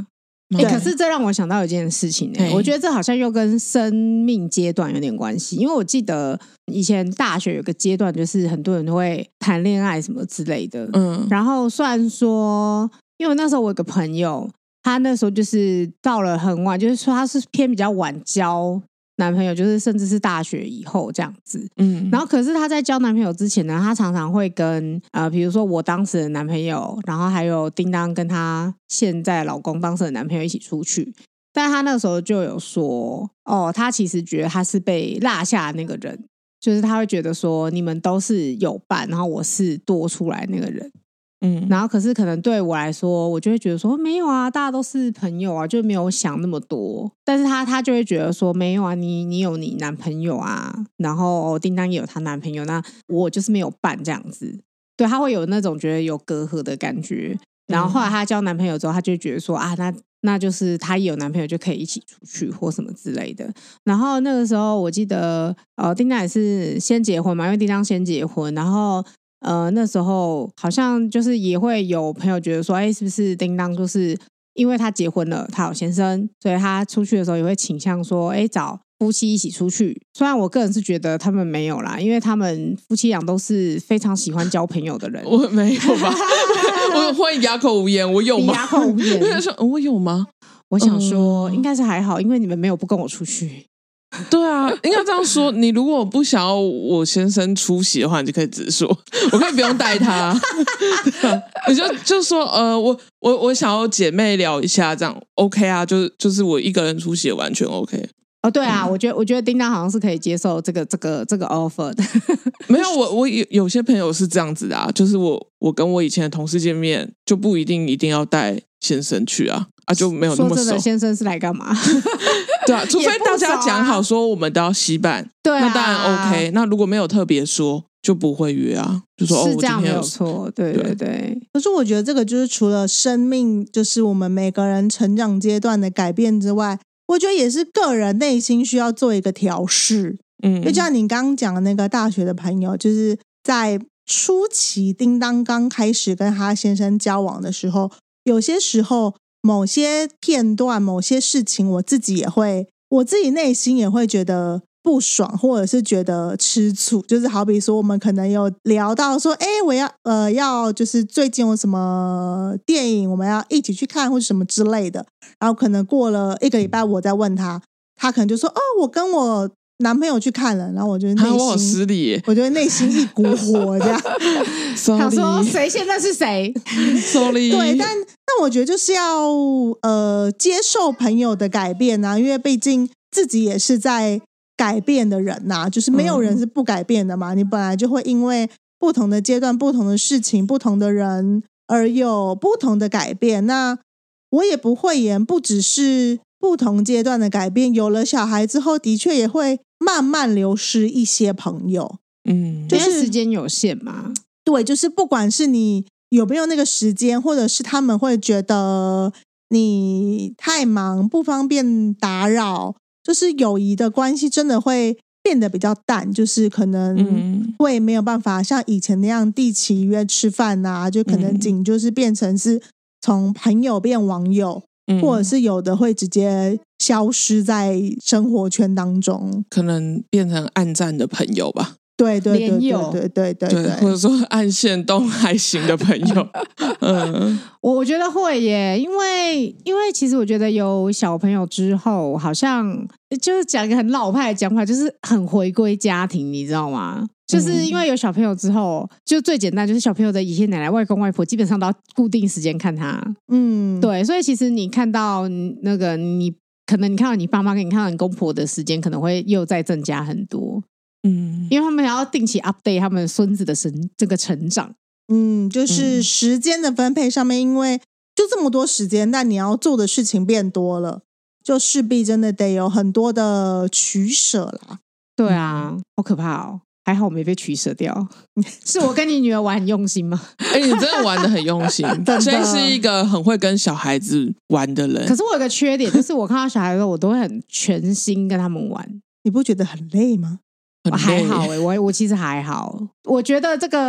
可是这让我想到一件事情我觉得这好像又跟生命阶段有点关系，因为我记得以前大学有个阶段，就是很多人都会谈恋爱什么之类的，然后虽然说，因为那时候我有个朋友，他那时候就是到了很晚，就是说他是偏比较晚交男朋友，就是甚至是大学以后这样子，然后可是他在交男朋友之前呢，他常常会跟比如说我当时的男朋友，然后还有叮当跟他现在老公当时的男朋友一起出去，但他那个时候就有说他其实觉得他是被落下的那个人，就是他会觉得说你们都是有伴，然后我是多出来那个人，然后可是可能对我来说，我就会觉得说没有啊，大家都是朋友啊，就没有想那么多。但是他就会觉得说没有啊，你有你男朋友啊，然后叮当也有她男朋友，那我就是没有伴这样子。对，他会有那种觉得有隔阂的感觉。然后后来他交男朋友之后，他就觉得说那就是他也有男朋友就可以一起出去或什么之类的。然后那个时候我记得叮当也是先结婚嘛，因为叮当先结婚，然后那时候好像就是也会有朋友觉得说是不是叮当就是因为他结婚了，他有先生，所以他出去的时候也会倾向说找夫妻一起出去。虽然我个人是觉得他们没有啦，因为他们夫妻俩都是非常喜欢交朋友的人。 我没有吧我会哑口无言。我有吗？ 你哑口无言我有吗？ 我想说应该是还好，因为你们没有不跟我出去。 对啊，应该这样说，你如果不想要我先生出席的话，你就可以直说，我可以不用带他你就说我想要姐妹聊一下这样 OK 啊，就是我一个人出席也完全 OK。 对啊，我觉得叮当好像是可以接受这个 offer 的没有，我有些朋友是这样子的啊，就是我跟我以前的同事见面就不一定要带先生去啊就没有那么熟。 说真的，先生是来干嘛对啊，除非大家讲好说我们都要洗版， 对啊， 那当然 OK。那如果没有特别说，就不会约啊，就说是这样没有错，对对对。 可是我觉得这个就是除了生命，就是我们每个人成长阶段的改变之外，我觉得也是个人内心需要做一个调试。就像你刚刚讲的那个大学的朋友，就是在初期叮当刚开始跟他先生交往的时候，有些时候某些片段某些事情我自己内心也会觉得不爽，或者是觉得吃醋。就是好比说我们可能有聊到说我要就是最近有什么电影我们要一起去看或者什么之类的，然后可能过了1个礼拜我再问他可能就说我跟我男朋友去看了，然后我觉得内心我好失礼耶， 我觉得内心一股火这样想说谁现在是谁 Sorry 对，但我觉得就是要接受朋友的改变啊，因为毕竟自己也是在改变的人啊，就是没有人是不改变的嘛，你本来就会因为不同的阶段不同的事情不同的人而有不同的改变。那我也不讳言，不只是不同阶段的改变，有了小孩之后的确也会慢慢流失一些朋友， 就是时间有限嘛。 对，就是不管是你有没有那个时间，或者是他们会觉得你太忙不方便打扰，就是友谊的关系真的会变得比较淡，就是可能会没有办法像以前那样定期约吃饭啊，就可能仅就是变成是从朋友变网友，或者是有的会直接消失在生活圈当中， 可能变成暗战的朋友吧。 对对对对对对， 或者说暗线都还行的朋友我觉得会耶，因为其实我觉得有小朋友之后，好像就是讲一个很老派的讲法，就是很回归家庭，你知道吗？就是因为有小朋友之后，就最简单就是小朋友的爷爷奶奶、外公外婆基本上都要固定时间看他。对，所以其实你看到那个你可能你看到你爸妈跟你看到你公婆的时间可能会又再增加很多。因为他们要定期 update 他们孙子的这个成长。 就是时间的分配上面，因为就这么多时间，但你要做的事情变多了，就势必真的得有很多的取舍啦。 对啊，好可怕哦！还好我没被取舍掉。是我跟你女儿玩很用心吗？ 你真的玩得很用心所以是一个很会跟小孩子玩的人。 可是我有个缺点，就是我看到小孩的时候，我都会很全心跟他们玩。 你不觉得很累吗？ 我还好我其实还好。我觉得这个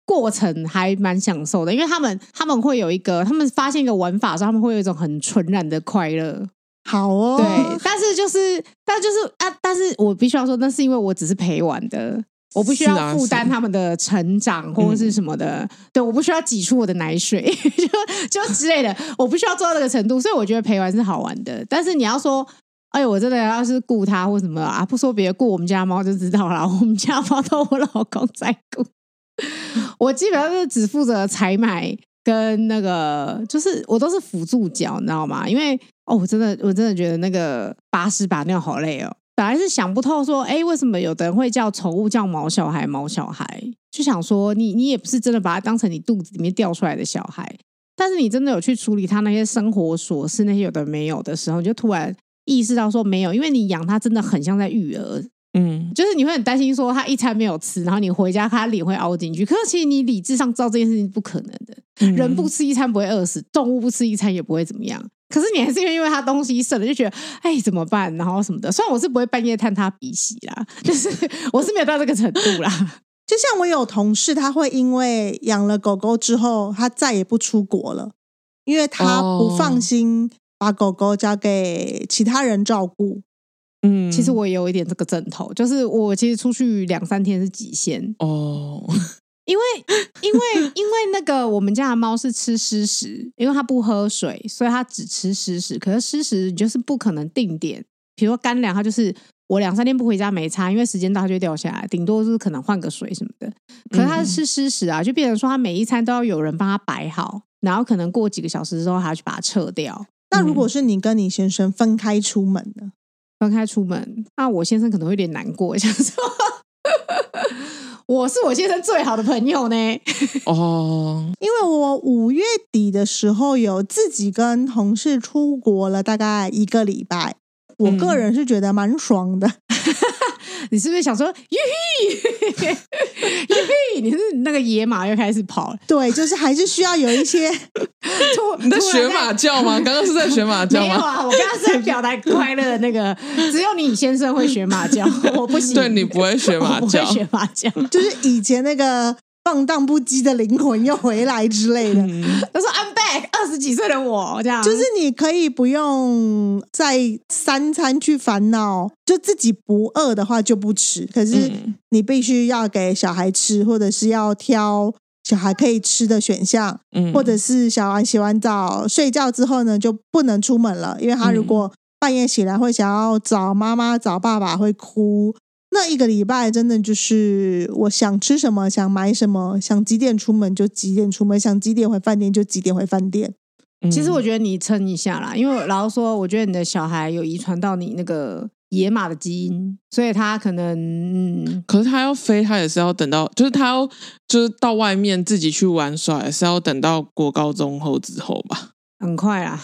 过程还蛮享受的，因为他们会有一个，他们发现一个玩法的时候，他们会有一种很纯然的快乐。 好哦， 对，但是我必须要说，那是因为我只是陪玩的。我不需要负担他们的成长或者是什么的，对，我不需要挤出我的奶水就之类的，我不需要做到这个程度，所以我觉得陪玩是好玩的。但是你要说哎呦我真的要是顾它或什么啊，不说别的，顾我们家猫就知道了，我们家猫都我老公在顾我基本上就是只负责采买跟那个，就是我都是辅助角，你知道吗？因为我真的觉得那个把屎把尿好累哦。本来是想不透说，为什么有的人会叫宠物叫毛小孩，就想说你也不是真的把它当成你肚子里面掉出来的小孩，但是你真的有去处理它那些生活琐事，那些有的没有的时候，你就突然意识到说没有，因为你养它真的很像在育儿。就是你会很担心说他一餐没有吃，然后你回家他脸会凹进去，可是其实你理智上知道这件事情是不可能的，人不吃一餐不会饿死，动物不吃一餐也不会怎么样，可是你还是因为他东西剩了就觉得怎么办，然后什么的。虽然我是不会半夜探他鼻息啦，就是我是没有到这个程度啦。 就像我有同事，他会因为养了狗狗之后他再也不出国了，因为他不放心把狗狗交给其他人照顾。 其实我也有一点这个症头，就是我其实出去2-3天是极限哦。因为那个我们家的猫是吃湿食，因为它不喝水，所以它只吃湿食。可是湿食你就是不可能定点，比如说干粮，它就是我2-3天不回家没差，因为时间到它就会掉下来，顶多就是可能换个水什么的。可是它是吃湿食啊，就变成说它每一餐都要有人帮它摆好，然后可能过几个小时之后还要去把它撤掉。 那如果是你跟你先生分开出门呢？ 分开出门，那我先生可能会有点难过，想说我是我先生最好的朋友呢。 因为我5月底的时候有自己跟同事出国了大概1个礼拜，我个人是觉得蛮爽的。 你是不是想说吁你是那个野马又开始跑了？ 对，就是还是需要有一些你在学马叫吗？刚刚是在学马叫吗？ 没有啊，我刚刚是在表达快乐的那个，只有你先生会学马叫，我不行。 对，你不会学马叫， 我不会学马叫， 就是以前那个放荡不羁的灵魂又回来之类的。 他说 I'm back， 20几岁的我这样， 就是你可以不用在3餐去烦恼，就自己不饿的话就不吃，可是你必须要给小孩吃，或者是要挑小孩可以吃的选项，或者是小孩洗完澡睡觉之后呢就不能出门了，因为他如果半夜起来会想要找妈妈找爸爸会哭。那1个礼拜真的就是我想吃什么想买什么，想几点出门就几点出门，想几点回饭店就几点回饭店。 其实我觉得你撑一下啦，因为老实说我觉得你的小孩有遗传到你那个野马的基因，所以他可能可是他要飞他也是要等到，就是他要就是到外面自己去玩耍也是要等到国高中后之后吧。 很快啦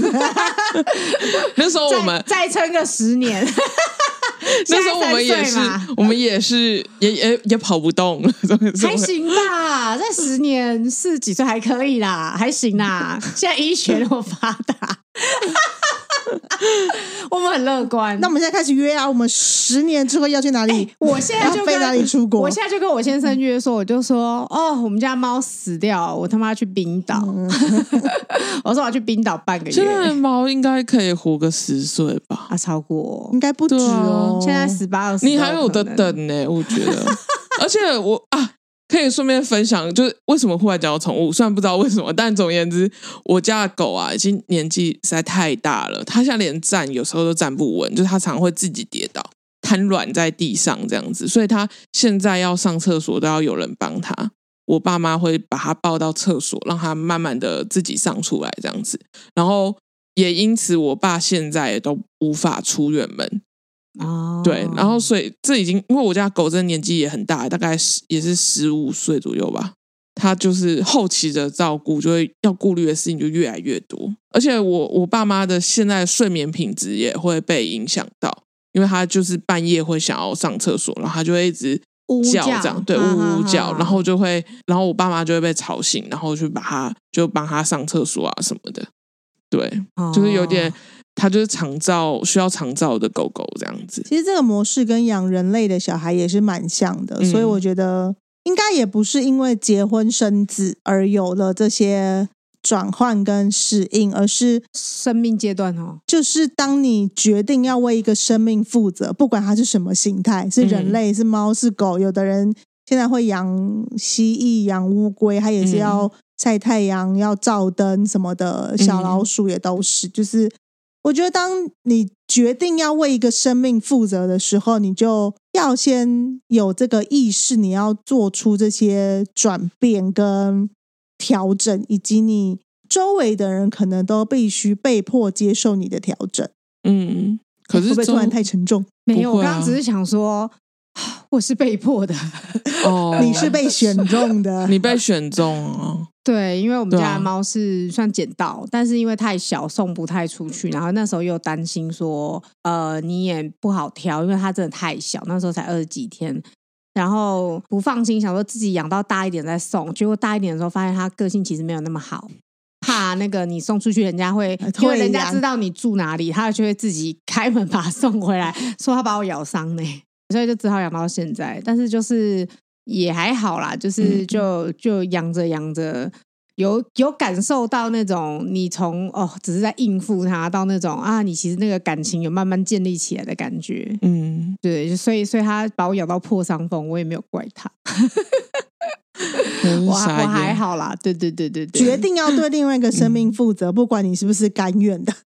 那时候我们再撑个10年那时候我们也是也跑不动了， 还行吧，在10年40几岁还可以啦，还行啦。现在医学那么发达我们很乐观。 那我们现在开始约啊，我们10年之后要去哪里？ 我现在就飞哪里出国？ 我现在就跟我先生约说，我就说我们家猫死掉，我他妈去冰岛我说我要去冰岛半个月。 现在猫应该可以活个10岁吧？ 超过应该不止哦， 现在18-20， 你还有的等呢，我觉得。而且我可以顺便分享，就是为什么忽然讲到宠物，虽然不知道为什么，但总而言之，我家的狗已经年纪实在太大了，它现在连站有时候都站不稳，就是它常会自己跌倒，瘫软在地上这样子，所以它现在要上厕所都要有人帮它。我爸妈会把它抱到厕所，让它慢慢的自己上出来这样子，然后也因此我爸现在也都无法出远门。对，然后所以这已经因为我家狗真的年纪也很大，大概也是15岁左右吧，它就是后期的照顾就会要顾虑的事情就越来越多，而且我爸妈的现在睡眠品质也会被影响到，因为他就是半夜会想要上厕所，然后他就会一直叫这样，对，呜叫，然后我爸妈就会被吵醒，然后去帮他上厕所啊什么的。对，就是有点它就是需要长照的狗狗这样子。 其实这个模式跟养人类的小孩也是蛮像的，所以我觉得应该也不是因为结婚生子而有了这些转换跟适应，而是生命阶段哦， 就是当你决定要为一个生命负责，不管它是什么形态，是人类、是猫是狗，有的人现在会养蜥蜴养乌龟，它也是要晒太阳、要照灯什么的，小老鼠也都是，就是我觉得当你决定要为一个生命负责的时候，你就要先有这个意识，你要做出这些转变跟调整，以及你周围的人可能都必须被迫接受你的调整。 可是会不会突然太沉重？ 没有，我刚刚只是想说我是被迫的你是被选中的你被选中哦。 对，因为我们家的猫是算捡到，但是因为太小送不太出去，然后那时候又担心说你也不好挑，因为它真的太小，那时候才20几天，然后不放心，想说自己养到大一点再送，结果大一点的时候发现它个性其实没有那么好，怕那个你送出去人家会因为人家知道你住哪里，他就会自己开门把它送回来，说他把我咬伤呢，所以就只好养到现在。但是就是也还好啦，就是就养着养着有感受到那种你从只是在应付他到那种你其实那个感情有慢慢建立起来的感觉。对，所以他把我咬到破伤风，我也没有怪他我还好啦，对， 决定要对另外一个生命负责，不管你是不是甘愿的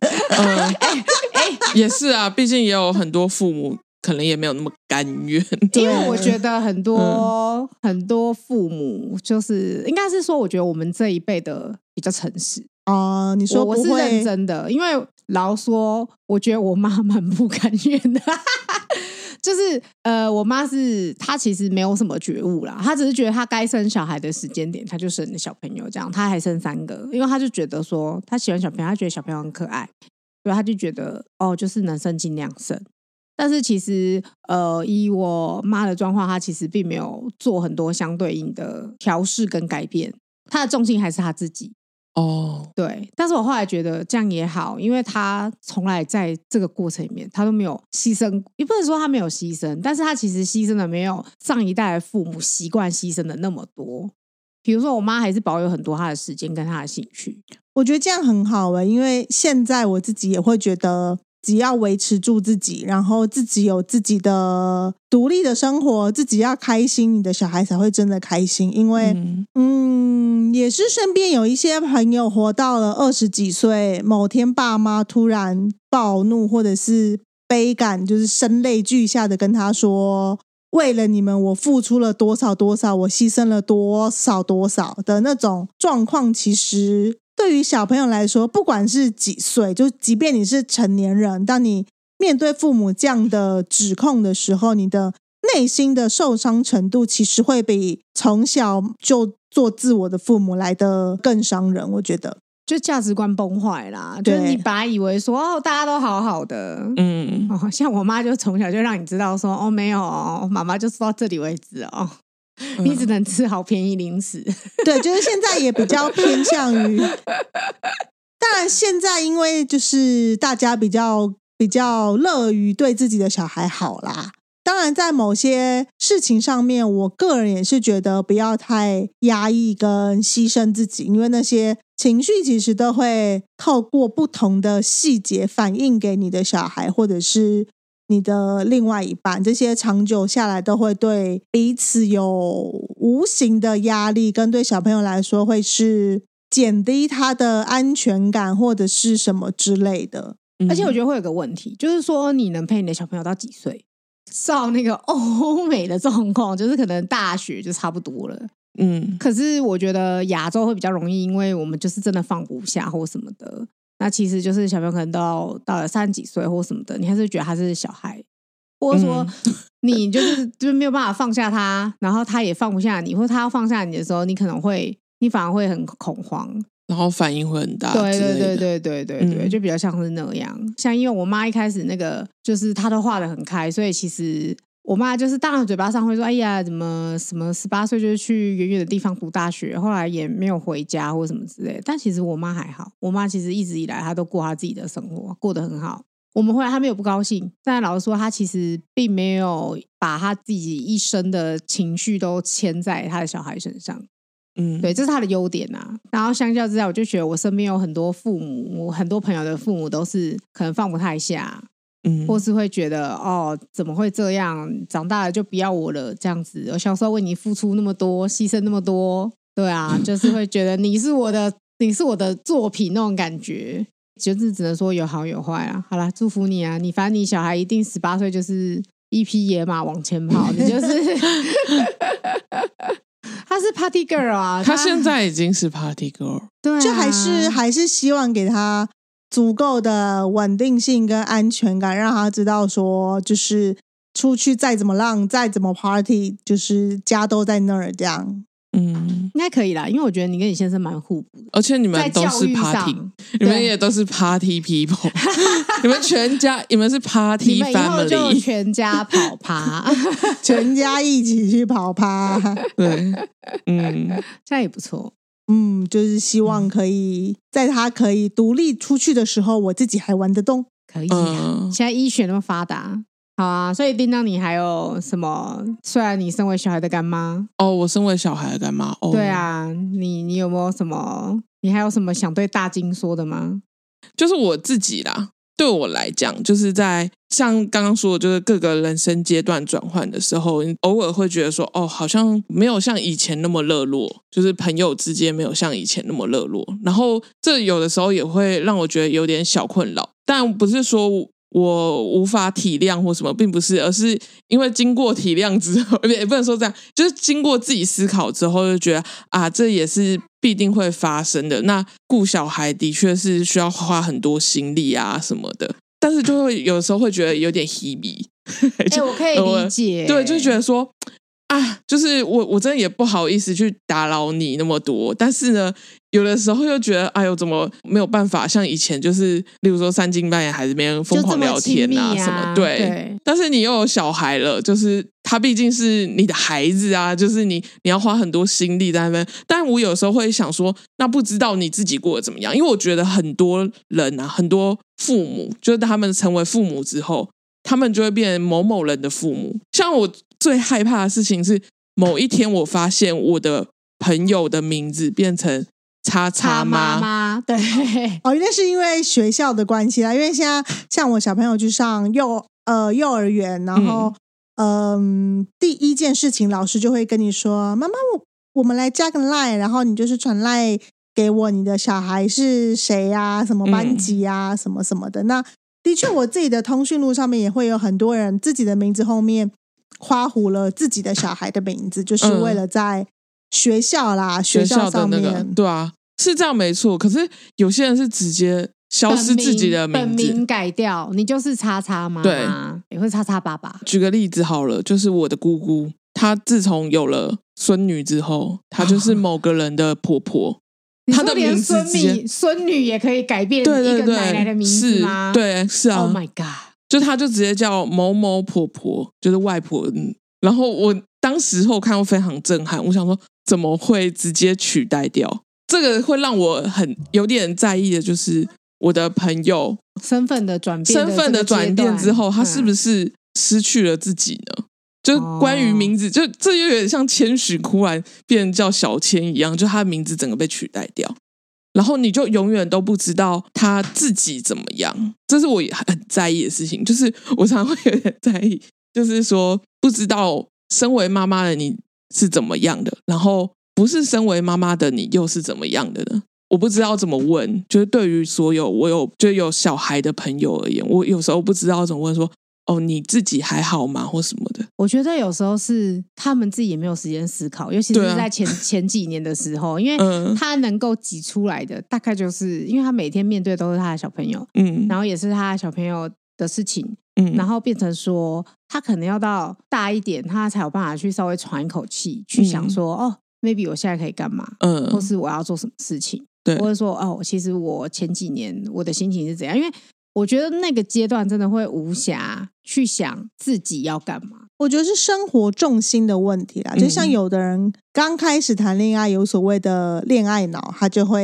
也是啊，毕竟也有很多父母可能也没有那么甘愿， 因为我觉得很多父母就是应该是说，我觉得我们这一辈的比较诚实你说我是认真的，因为老说我觉得我妈蛮不甘愿的就是我妈她其实没有什么觉悟啦，她只是觉得她该生小孩的时间点她就生了小朋友，这样她还生3个，因为她就觉得说她喜欢小朋友，她觉得小朋友很可爱，所以她就觉得就是能生尽量生。但是其实以我妈的状况，她其实并没有做很多相对应的调试跟改变，她的重心还是她自己对。但是我后来觉得这样也好，因为她从来在这个过程里面她都没有牺牲，也不能说她没有牺牲，但是她其实牺牲的没有上一代的父母习惯牺牲的那么多。比如说我妈还是保有很多她的时间跟她的兴趣， 我觉得这样很好因为现在我自己也会觉得只要维持住自己，然后自己有自己的独立的生活，自己要开心，你的小孩才会真的开心。因为也是身边有一些朋友活到了20几岁，某天爸妈突然暴怒或者是悲感，就是声泪俱下的跟他说，为了你们我付出了多少多少，我牺牲了多少多少的那种状况，其实对于小朋友来说，不管是几岁，就即便你是成年人，当你面对父母这样的指控的时候，你的内心的受伤程度其实会比从小就做自我的父母来得更伤人。我觉得就价值观崩坏啦，就是你本来以为说大家都好好的像我妈就从小就让你知道说没有妈妈就说到这里为止你只能吃好便宜零食对，就是现在也比较偏向于当然现在因为就是大家比较乐于对自己的小孩好啦，当然在某些事情上面我个人也是觉得不要太压抑跟牺牲自己，因为那些情绪其实都会透过不同的细节反映给你的小孩或者是你的另外一半，这些长久下来都会对彼此有无形的压力，跟对小朋友来说会是减低他的安全感或者是什么之类的。 而且我觉得会有个问题，就是说你能陪你的小朋友到几岁？照那个欧美的状况，就是可能大学就差不多了。可是我觉得亚洲会比较容易，因为我们就是真的放不下或什么的。那其实就是小朋友可能到了30几岁或什么的，你还是觉得他是小孩，或者说你就是没有办法放下他，然后他也放不下你，或他要放下你的时候，你反而会很恐慌， 然后反应会很大。 对，就比较像是那样。像因为我妈一开始那个就是她都画得很开，所以其实我妈就是当然嘴巴上会说哎呀怎么什么18岁就是去远远的地方读大学，后来也没有回家或什么之类的。但其实我妈还好，我妈其实一直以来她都过她自己的生活，过得很好。 我们回来他没有不高兴，但老实说他其实并没有把他自己一生的情绪都牵在他的小孩身上。对，这是他的优点啊。然后相较之下，我就觉得我身边有很多父母，我很多朋友的父母都是可能放不太下，或是会觉得哦怎么会这样，长大了就不要我了这样子，我小时候为你付出那么多，牺牲那么多，对啊，就是会觉得你是我的作品那种感觉，就是只能说有好有坏啊。好啦，祝福你啊，你反正你小孩一定18岁就是一匹野马往前跑，你就是他是 party girl 啊， 他现在已经是 party girl， 对啊， 就还是希望给他足够的稳定性跟安全感，让他知道说就是出去再怎么浪再怎么 party， 就是家都在那儿这样。 应该可以啦，因为我觉得你跟你先生蛮互补的， 而且你们都是 party， 你们也都是 party people， 你们全家你们是 party family， 你们以后就全家跑趴， 全家一起去跑趴， 对， 这样也不错。 就是希望可以在他可以独立出去的时候，我自己还玩得动。 可以啊，现在医学那么发达。好啊，所以叮当你还有什么？虽然你身为小孩的干妈我身为小孩的干妈对啊，你有没有什么？你还有什么想对大金说的吗？ 就是我自己啦，对我来讲，就是在像刚刚说的，就是各个人生阶段转换的时候，偶尔会觉得说，好像没有像以前那么热络，就是朋友之间没有像以前那么热络，然后这有的时候也会让我觉得有点小困扰，但不是说我无法体谅或什么，并不是，而是因为经过体谅之后，也不能说这样，就是经过自己思考之后，就觉得啊，这也是必定会发生的。那顾小孩的确是需要花很多心力啊什么的，但是就会有时候会觉得有点稀微。 我可以理解， 对，就觉得说啊，就是我真的也不好意思去打扰你那么多，但是呢，有的时候又觉得，哎呦，怎么没有办法像以前，就是例如说3更半夜还是没人疯狂聊天啊什么，对。但是你又有小孩了，就是他毕竟是你的孩子啊，就是你要花很多心力在那边。但我有时候会想说，那不知道你自己过得怎么样？因为我觉得很多人啊，很多父母，就是他们成为父母之后，他们就会变成某某人的父母。像我最害怕的事情是，某一天我发现我的朋友的名字变成叉叉妈， 对， 那是因为学校的关系啦。因为现在像我小朋友去上幼儿园，然后第一件事情老师就会跟你说，妈妈，我们来加个 LINE， 然后你就是传 LINE给我，你的小孩是谁啊，什么班级啊，什么什么的。那的确我自己的通讯录上面也会有很多人自己的名字后面夸胡了自己的小孩的名字，就是为了在学校啦，学校上面的那个， 对啊，是这样没错。可是有些人是直接消失自己的名字， 本名改掉，你就是叉叉妈妈，对，也会叉叉爸爸。 举个例子好了，就是我的姑姑，她自从有了孙女之后，她就是某个人的婆婆。 她的名字孙女也可以改变一个奶奶的名字吗？ 对，是啊。 Oh my god！ 就她就直接叫某某婆婆，就是外婆。然后我当时候看到非常震撼，我想说怎么会直接取代掉？这个会让我有点在意的，就是我的朋友身份的转变之后，他是不是失去了自己呢？就关于名字，就这有点像千寻忽然变成叫小千一样，就他的名字整个被取代掉，然后你就永远都不知道他自己怎么样。这是我也很在意的事情，就是我常常会有点在意，就是说不知道身为妈妈的你是怎么样的，然后不是身为妈妈的你又是怎么样的呢？我不知道怎么问，就是对于所有我有小孩的朋友而言，我有时候不知道怎么问说，你自己还好吗或什么的。 我觉得有时候是他们自己也没有时间思考，尤其是在前几年的时候，因为他能够挤出来的大概就是因为他每天面对都是他的小朋友，然后也是他的小朋友的事情，然后变成说他可能要到大一点他才有办法去稍微喘一口气，去想说maybe 我现在可以干嘛，或是我要做什么事情，对，或者说其实我前几年我的心情是怎样，因为我觉得那个阶段真的会无暇去想自己要干嘛。 我觉得是生活重心的问题啦，就像有的人刚开始谈恋爱有所谓的恋爱脑，他就会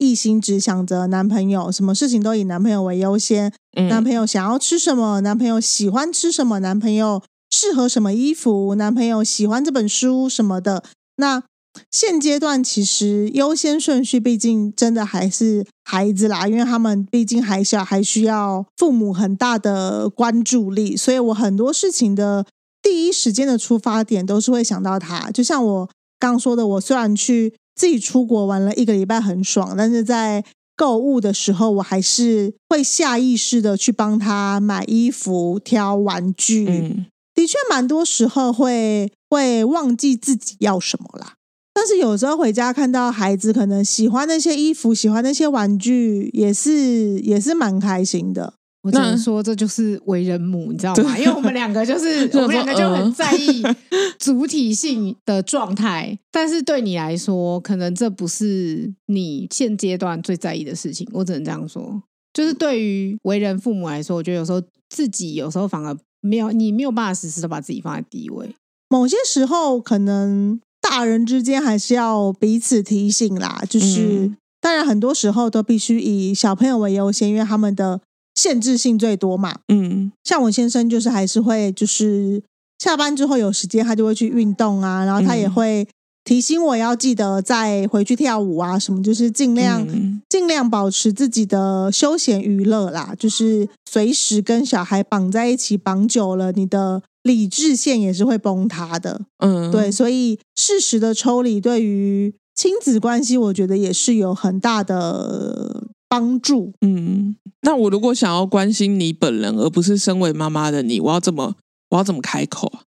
一心只想着男朋友，什么事情都以男朋友为优先，男朋友想要吃什么，男朋友喜欢吃什么，男朋友适合什么衣服，男朋友喜欢这本书什么的。那现阶段其实优先顺序毕竟真的还是孩子啦，因为他们毕竟还小，还需要父母很大的关注力，所以我很多事情的第一时间的出发点都是会想到他。就像我刚说的，我虽然去自己出国玩了1个礼拜很爽，但是在购物的时候我还是会下意识的去帮他买衣服挑玩具，的确蛮多时候会忘记自己要什么啦。但是有时候回家看到孩子可能喜欢那些衣服，喜欢那些玩具，也是蛮开心的。 我只能说这就是为人母，你知道吗？因为我们两个就很在意主体性的状态，但是对你来说可能这不是你现阶段最在意的事情，我只能这样说。就是对于为人父母来说，我觉得有时候自己有时候反而你没有办法时时都把自己放在第一位，某些时候可能大人之间还是要彼此提醒啦，就是当然很多时候都必须以小朋友为优先，因为他们的限制性最多嘛。像我先生就是还是会就是下班之后有时间他就会去运动啊，然后他也会提醒我要记得再回去跳舞啊什么，就是尽量保持自己的休闲娱乐啦，就是随时跟小孩绑在一起，绑久了你的理智线也是会崩塌的。对，所以适时的抽离对于亲子关系我觉得也是有很大的帮助。 那我如果想要关心你本人而不是身为妈妈的你，我要怎么开口啊？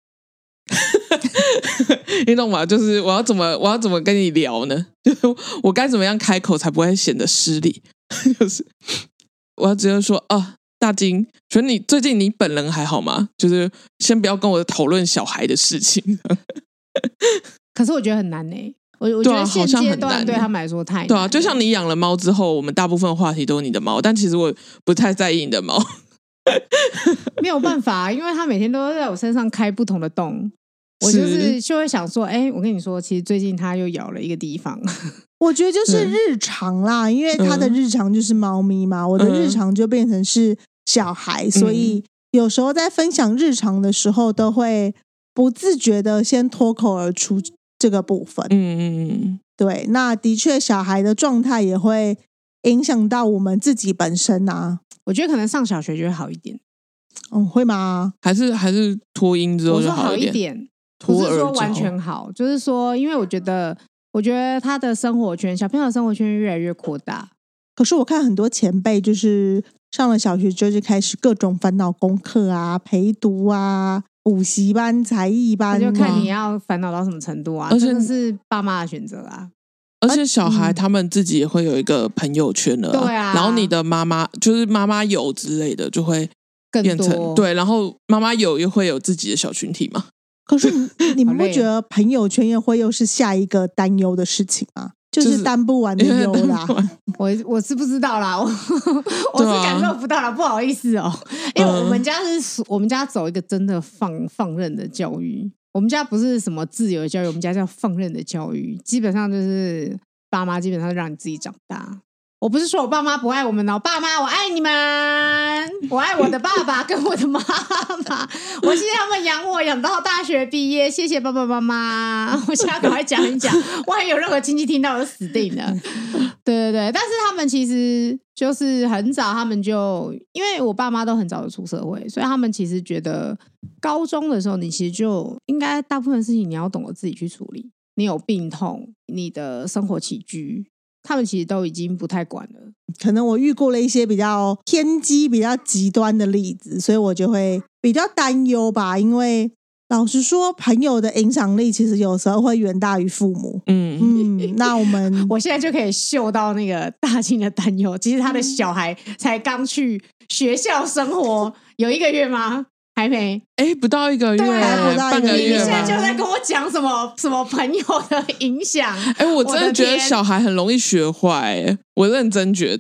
你懂吗？就是我要怎么跟你聊呢？就是我该怎么样开口才不会显得失礼？就是我要直接说大金，觉得最近你本人还好吗？就是先不要跟我讨论小孩的事情。 可是我觉得很难欸，我觉得现阶段对他们来说太难了。 对啊，就像你养了猫之后，我们大部分话题都是你的猫，但其实我不太在意你的猫。 没有办法，因为他每天都在我身上开不同的洞，我就会想说，我跟你说，其实最近他又咬了一个地方。 我觉得就是日常啦，因为他的日常就是猫咪嘛，我的日常就变成是小孩，所以有时候在分享日常的时候都会不自觉的先脱口而出这个部分。对，那的确小孩的状态也会影响到我们自己本身啊。 我觉得可能上小学就会好一点。 会吗？ 还是托婴之后就好一点？不是说完全好，就是说因为我觉得他的生活圈，小朋友的生活圈越来越扩大。 可是我看很多前辈就是上了小学就开始各种烦恼功课啊、陪读啊、补习班、才艺班， 就看你要烦恼到什么程度啊，而且是爸妈的选择啊。 而且小孩他们自己也会有一个朋友圈了， 对啊， 然后你的妈妈就是妈妈友之类的就会变成对，然后妈妈友又会有自己的小群体嘛。 可是你们不觉得朋友圈又是下一个担忧的事情吗？就是担不完的忧啦。 我是不知道啦，我是感受不到啦，不好意思哦。因为我们家走一个真的放任的教育。我们家不是什么自由的教育，我们家叫放任的教育，基本上就是爸妈基本上让你自己长大。我不是说我爸妈不爱我们哦，爸妈我爱你们，我爱我的爸爸跟我的妈妈，我谢谢他们养我养到大学毕业，谢谢爸爸妈妈。我现在赶快讲一讲，万一有任何亲戚听到我就死定了。对，但是他们其实就是很早，他们就因为我爸妈都很早就出社会，所以他们其实觉得高中的时候你其实就应该大部分事情你要懂得自己去处理，你有病痛，你的生活起居他们其实都已经不太管了。 可能我遇过了一些比较偏激比较极端的例子，所以我就会比较担忧吧。因为老实说朋友的影响力其实有时候会远大于父母。那我现在就可以嗅到那个大金的担忧。其实他的小孩才刚去学校生活有1个月吗？还没， 不到1个月，半个月。 你现在就在跟我讲什么朋友的影响？ 我真的觉得小孩很容易学坏，我认真觉得。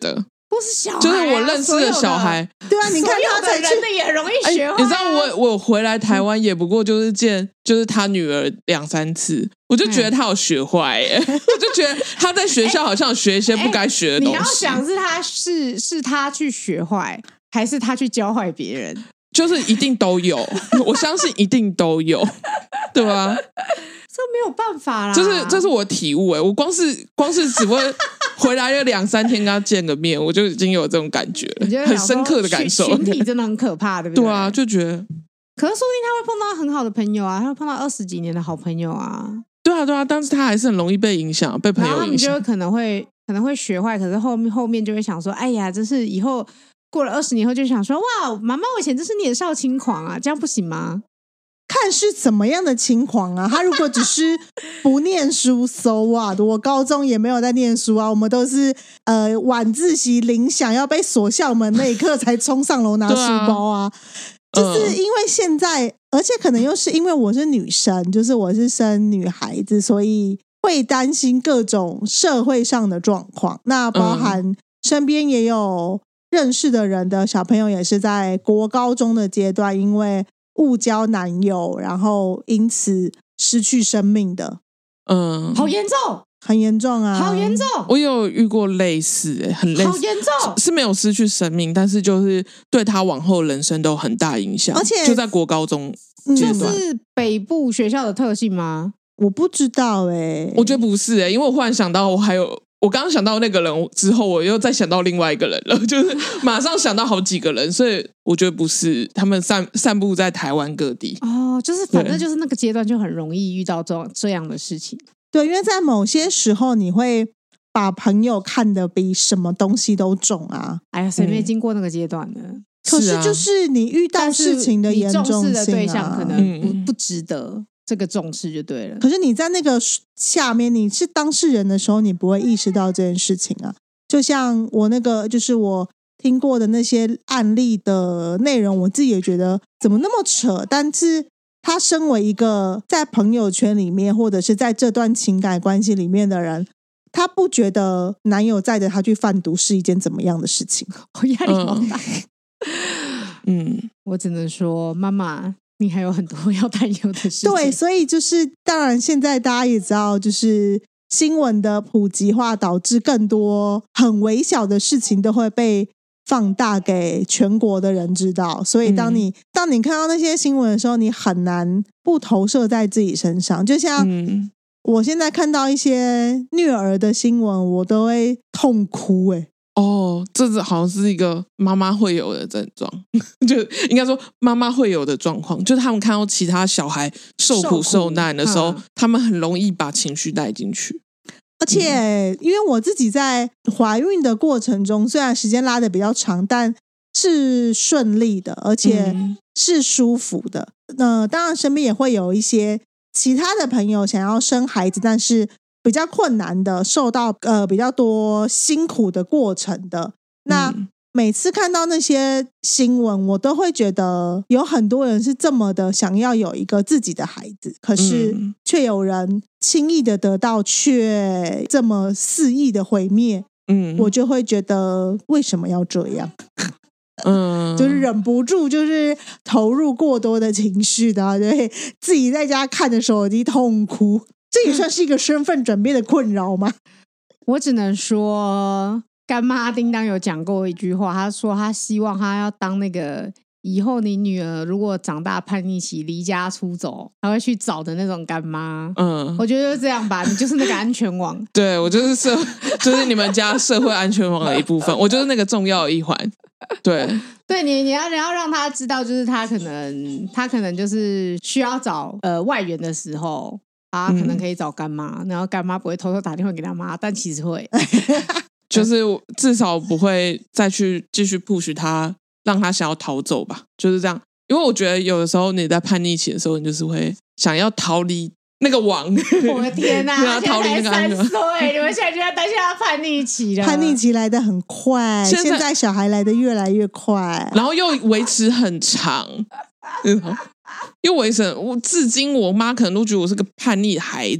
不是小孩、 就是我认识的小孩。 对啊，你看他才人的也容易学坏、 你知道我回来台湾也不过就是见就是他女儿2-3次，我就觉得他有学坏耶，我就觉得他在学校好像学一些不该学的东西。 你要想是他去学坏，还是他去教坏别人？ 就是一定都有，我相信一定都有，对吧？ 这没有办法啦， 这是我的体悟我光是只会回来了2-3天跟他见个面，我就已经有这种感觉了，很深刻的感受。 群体真的很可怕，对不对？ 对啊，就觉得， 可是说不定他会碰到很好的朋友啊，他会碰到20几年的好朋友啊。 对啊，但是他还是很容易被影响，被朋友影响， 然后他们就可能会学坏，可是后面就会想说，哎呀，这是以后过了20年后就想说，哇，妈妈，我以前真是年少轻狂啊，这样不行吗？ 看是怎么样的轻狂啊！他如果只是不念书 ，so what？ 我高中也没有在念书啊，我们都是晚自习铃响要被锁校门那一刻才冲上楼拿书包啊。就是因为现在，而且可能又是因为我是女生，就是我是生女孩子，所以会担心各种社会上的状况。那包含身边也有认识的人的小朋友，也是在国高中的阶段，因为误交男友，然后因此失去生命的。 好严重， 很严重啊， 好严重。 我有遇过类似很类似， 好严重， 是没有失去生命，但是就是对他往后人生都有很大影响， 而且就在国高中阶段。 这是北部学校的特性吗？ 我不知道我觉得不是因为我忽然想到我刚刚想到那个人之后，我又再想到另外一个人了，就是马上想到好几个人，所以我觉得不是他们散布在台湾各地。 就是反正就是那个阶段就很容易遇到这样的事情。 对，因为在某些时候你会把朋友看得比什么东西都重啊。 哎呀，谁没经过那个阶段呢？ 可是就是你遇到事情的严重性你重视的对象可能不值得这个重视就对了。 可是你在那个下面，你是当事人的时候，你不会意识到这件事情啊。就像我那个，就是我听过的那些案例的内容，我自己也觉得怎么那么扯。但是他身为一个在朋友圈里面，或者是在这段情感关系里面的人，他不觉得男友载着他去贩毒是一件怎么样的事情？ 我压力好大。我只能说，妈妈，你还有很多要担忧的事情。 对，所以就是当然现在大家也知道，就是新闻的普及化导致更多很微小的事情都会被放大给全国的人知道，所以当你看到那些新闻的时候，你很难不投射在自己身上。就像我现在看到一些虐儿的新闻，我都会痛哭这好像是一个妈妈会有的症状，就应该说妈妈会有的状况，就是他们看到其他小孩受苦受难的时候，他们很容易把情绪带进去。 而且因为我自己在怀孕的过程中，虽然时间拉得比较长，但是顺利的，而且是舒服的。当然身边也会有一些其他的朋友想要生孩子，但是比较困难的，受到比较多辛苦的过程的。那每次看到那些新闻，我都会觉得有很多人是这么的想要有一个自己的孩子，可是却有人轻易的得到，却这么肆意的毁灭。我就会觉得为什么要这样？就是忍不住，就是投入过多的情绪的，对，自己在家看着手机痛哭，这也算是一个身份转变的困扰吗？ 我只能说，干妈叮当有讲过一句话，他说他希望他要当那个以后你女儿如果长大叛逆期离家出走，他会去找的那种干妈。我觉得就这样吧，你就是那个安全网。 对，我就是就是你们家社会安全网的一部分，我就是那个重要的一环。对， 你要让他知道，就是他可能就是需要找外援的时候，他可能可以找干妈，然后干妈不会偷偷打电话给他妈，但其实会。 就是至少不会再去继续 push 他，让他想要逃走吧，就是这样。因为我觉得有的时候你在叛逆期的时候，你就是会想要逃离那个网。 我的天哪！ 要逃离那个 3岁，你们现在就要担心他叛逆期了。 叛逆期来得很快，现在小孩来得越来越快， 然后又维持很长。因为我至今我妈可能都觉得我是个叛逆的孩子，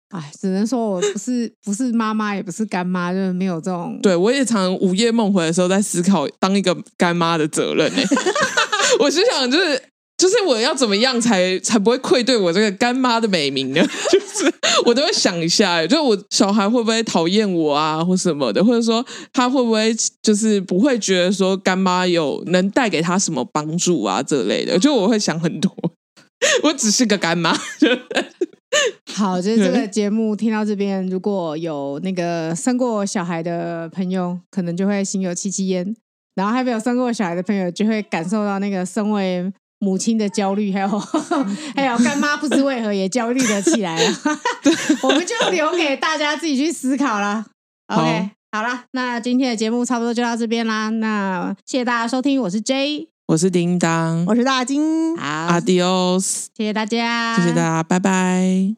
哎，只能说我不是妈妈，也不是干妈，就是没有这种。 对，我也常午夜梦回的时候在思考当一个干妈的责任我是想就是我要怎么样才不会愧对我这个干妈的美名呢？就是我都会想一下，就是我小孩会不会讨厌我啊，或什么的，或者说他会不会就是不会觉得说干妈能带给他什么帮助啊这类的，就我会想很多。我只是个干妈。 好，就是这个节目听到这边，如果有那个生过小孩的朋友，可能就会心有戚戚焉；然后还没有生过小孩的朋友，就会感受到那个身为母亲的焦虑，还有干妈不知为何也焦虑了起来了。我们就留给大家自己去思考啦。OK， 好啦，那今天的节目差不多就到这边啦。那谢谢大家收听，我是 J， 我是叮当， 我是大金， 好 ，Adios， 谢谢大家， 谢谢大家，拜拜。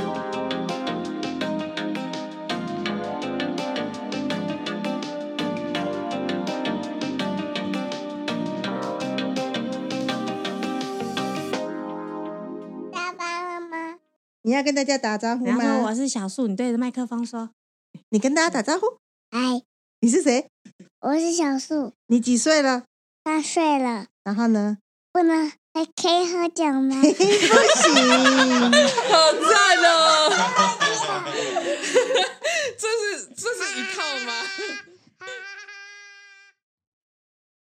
你要跟大家打招呼吗？ 说我是小树，你对着麦克风说。 你跟大家打招呼。 嗨， 你是谁？ 我是小树。 你几岁了 8岁了。 然后呢？ 不能还可以喝酒吗？ 不行。 好赞哦！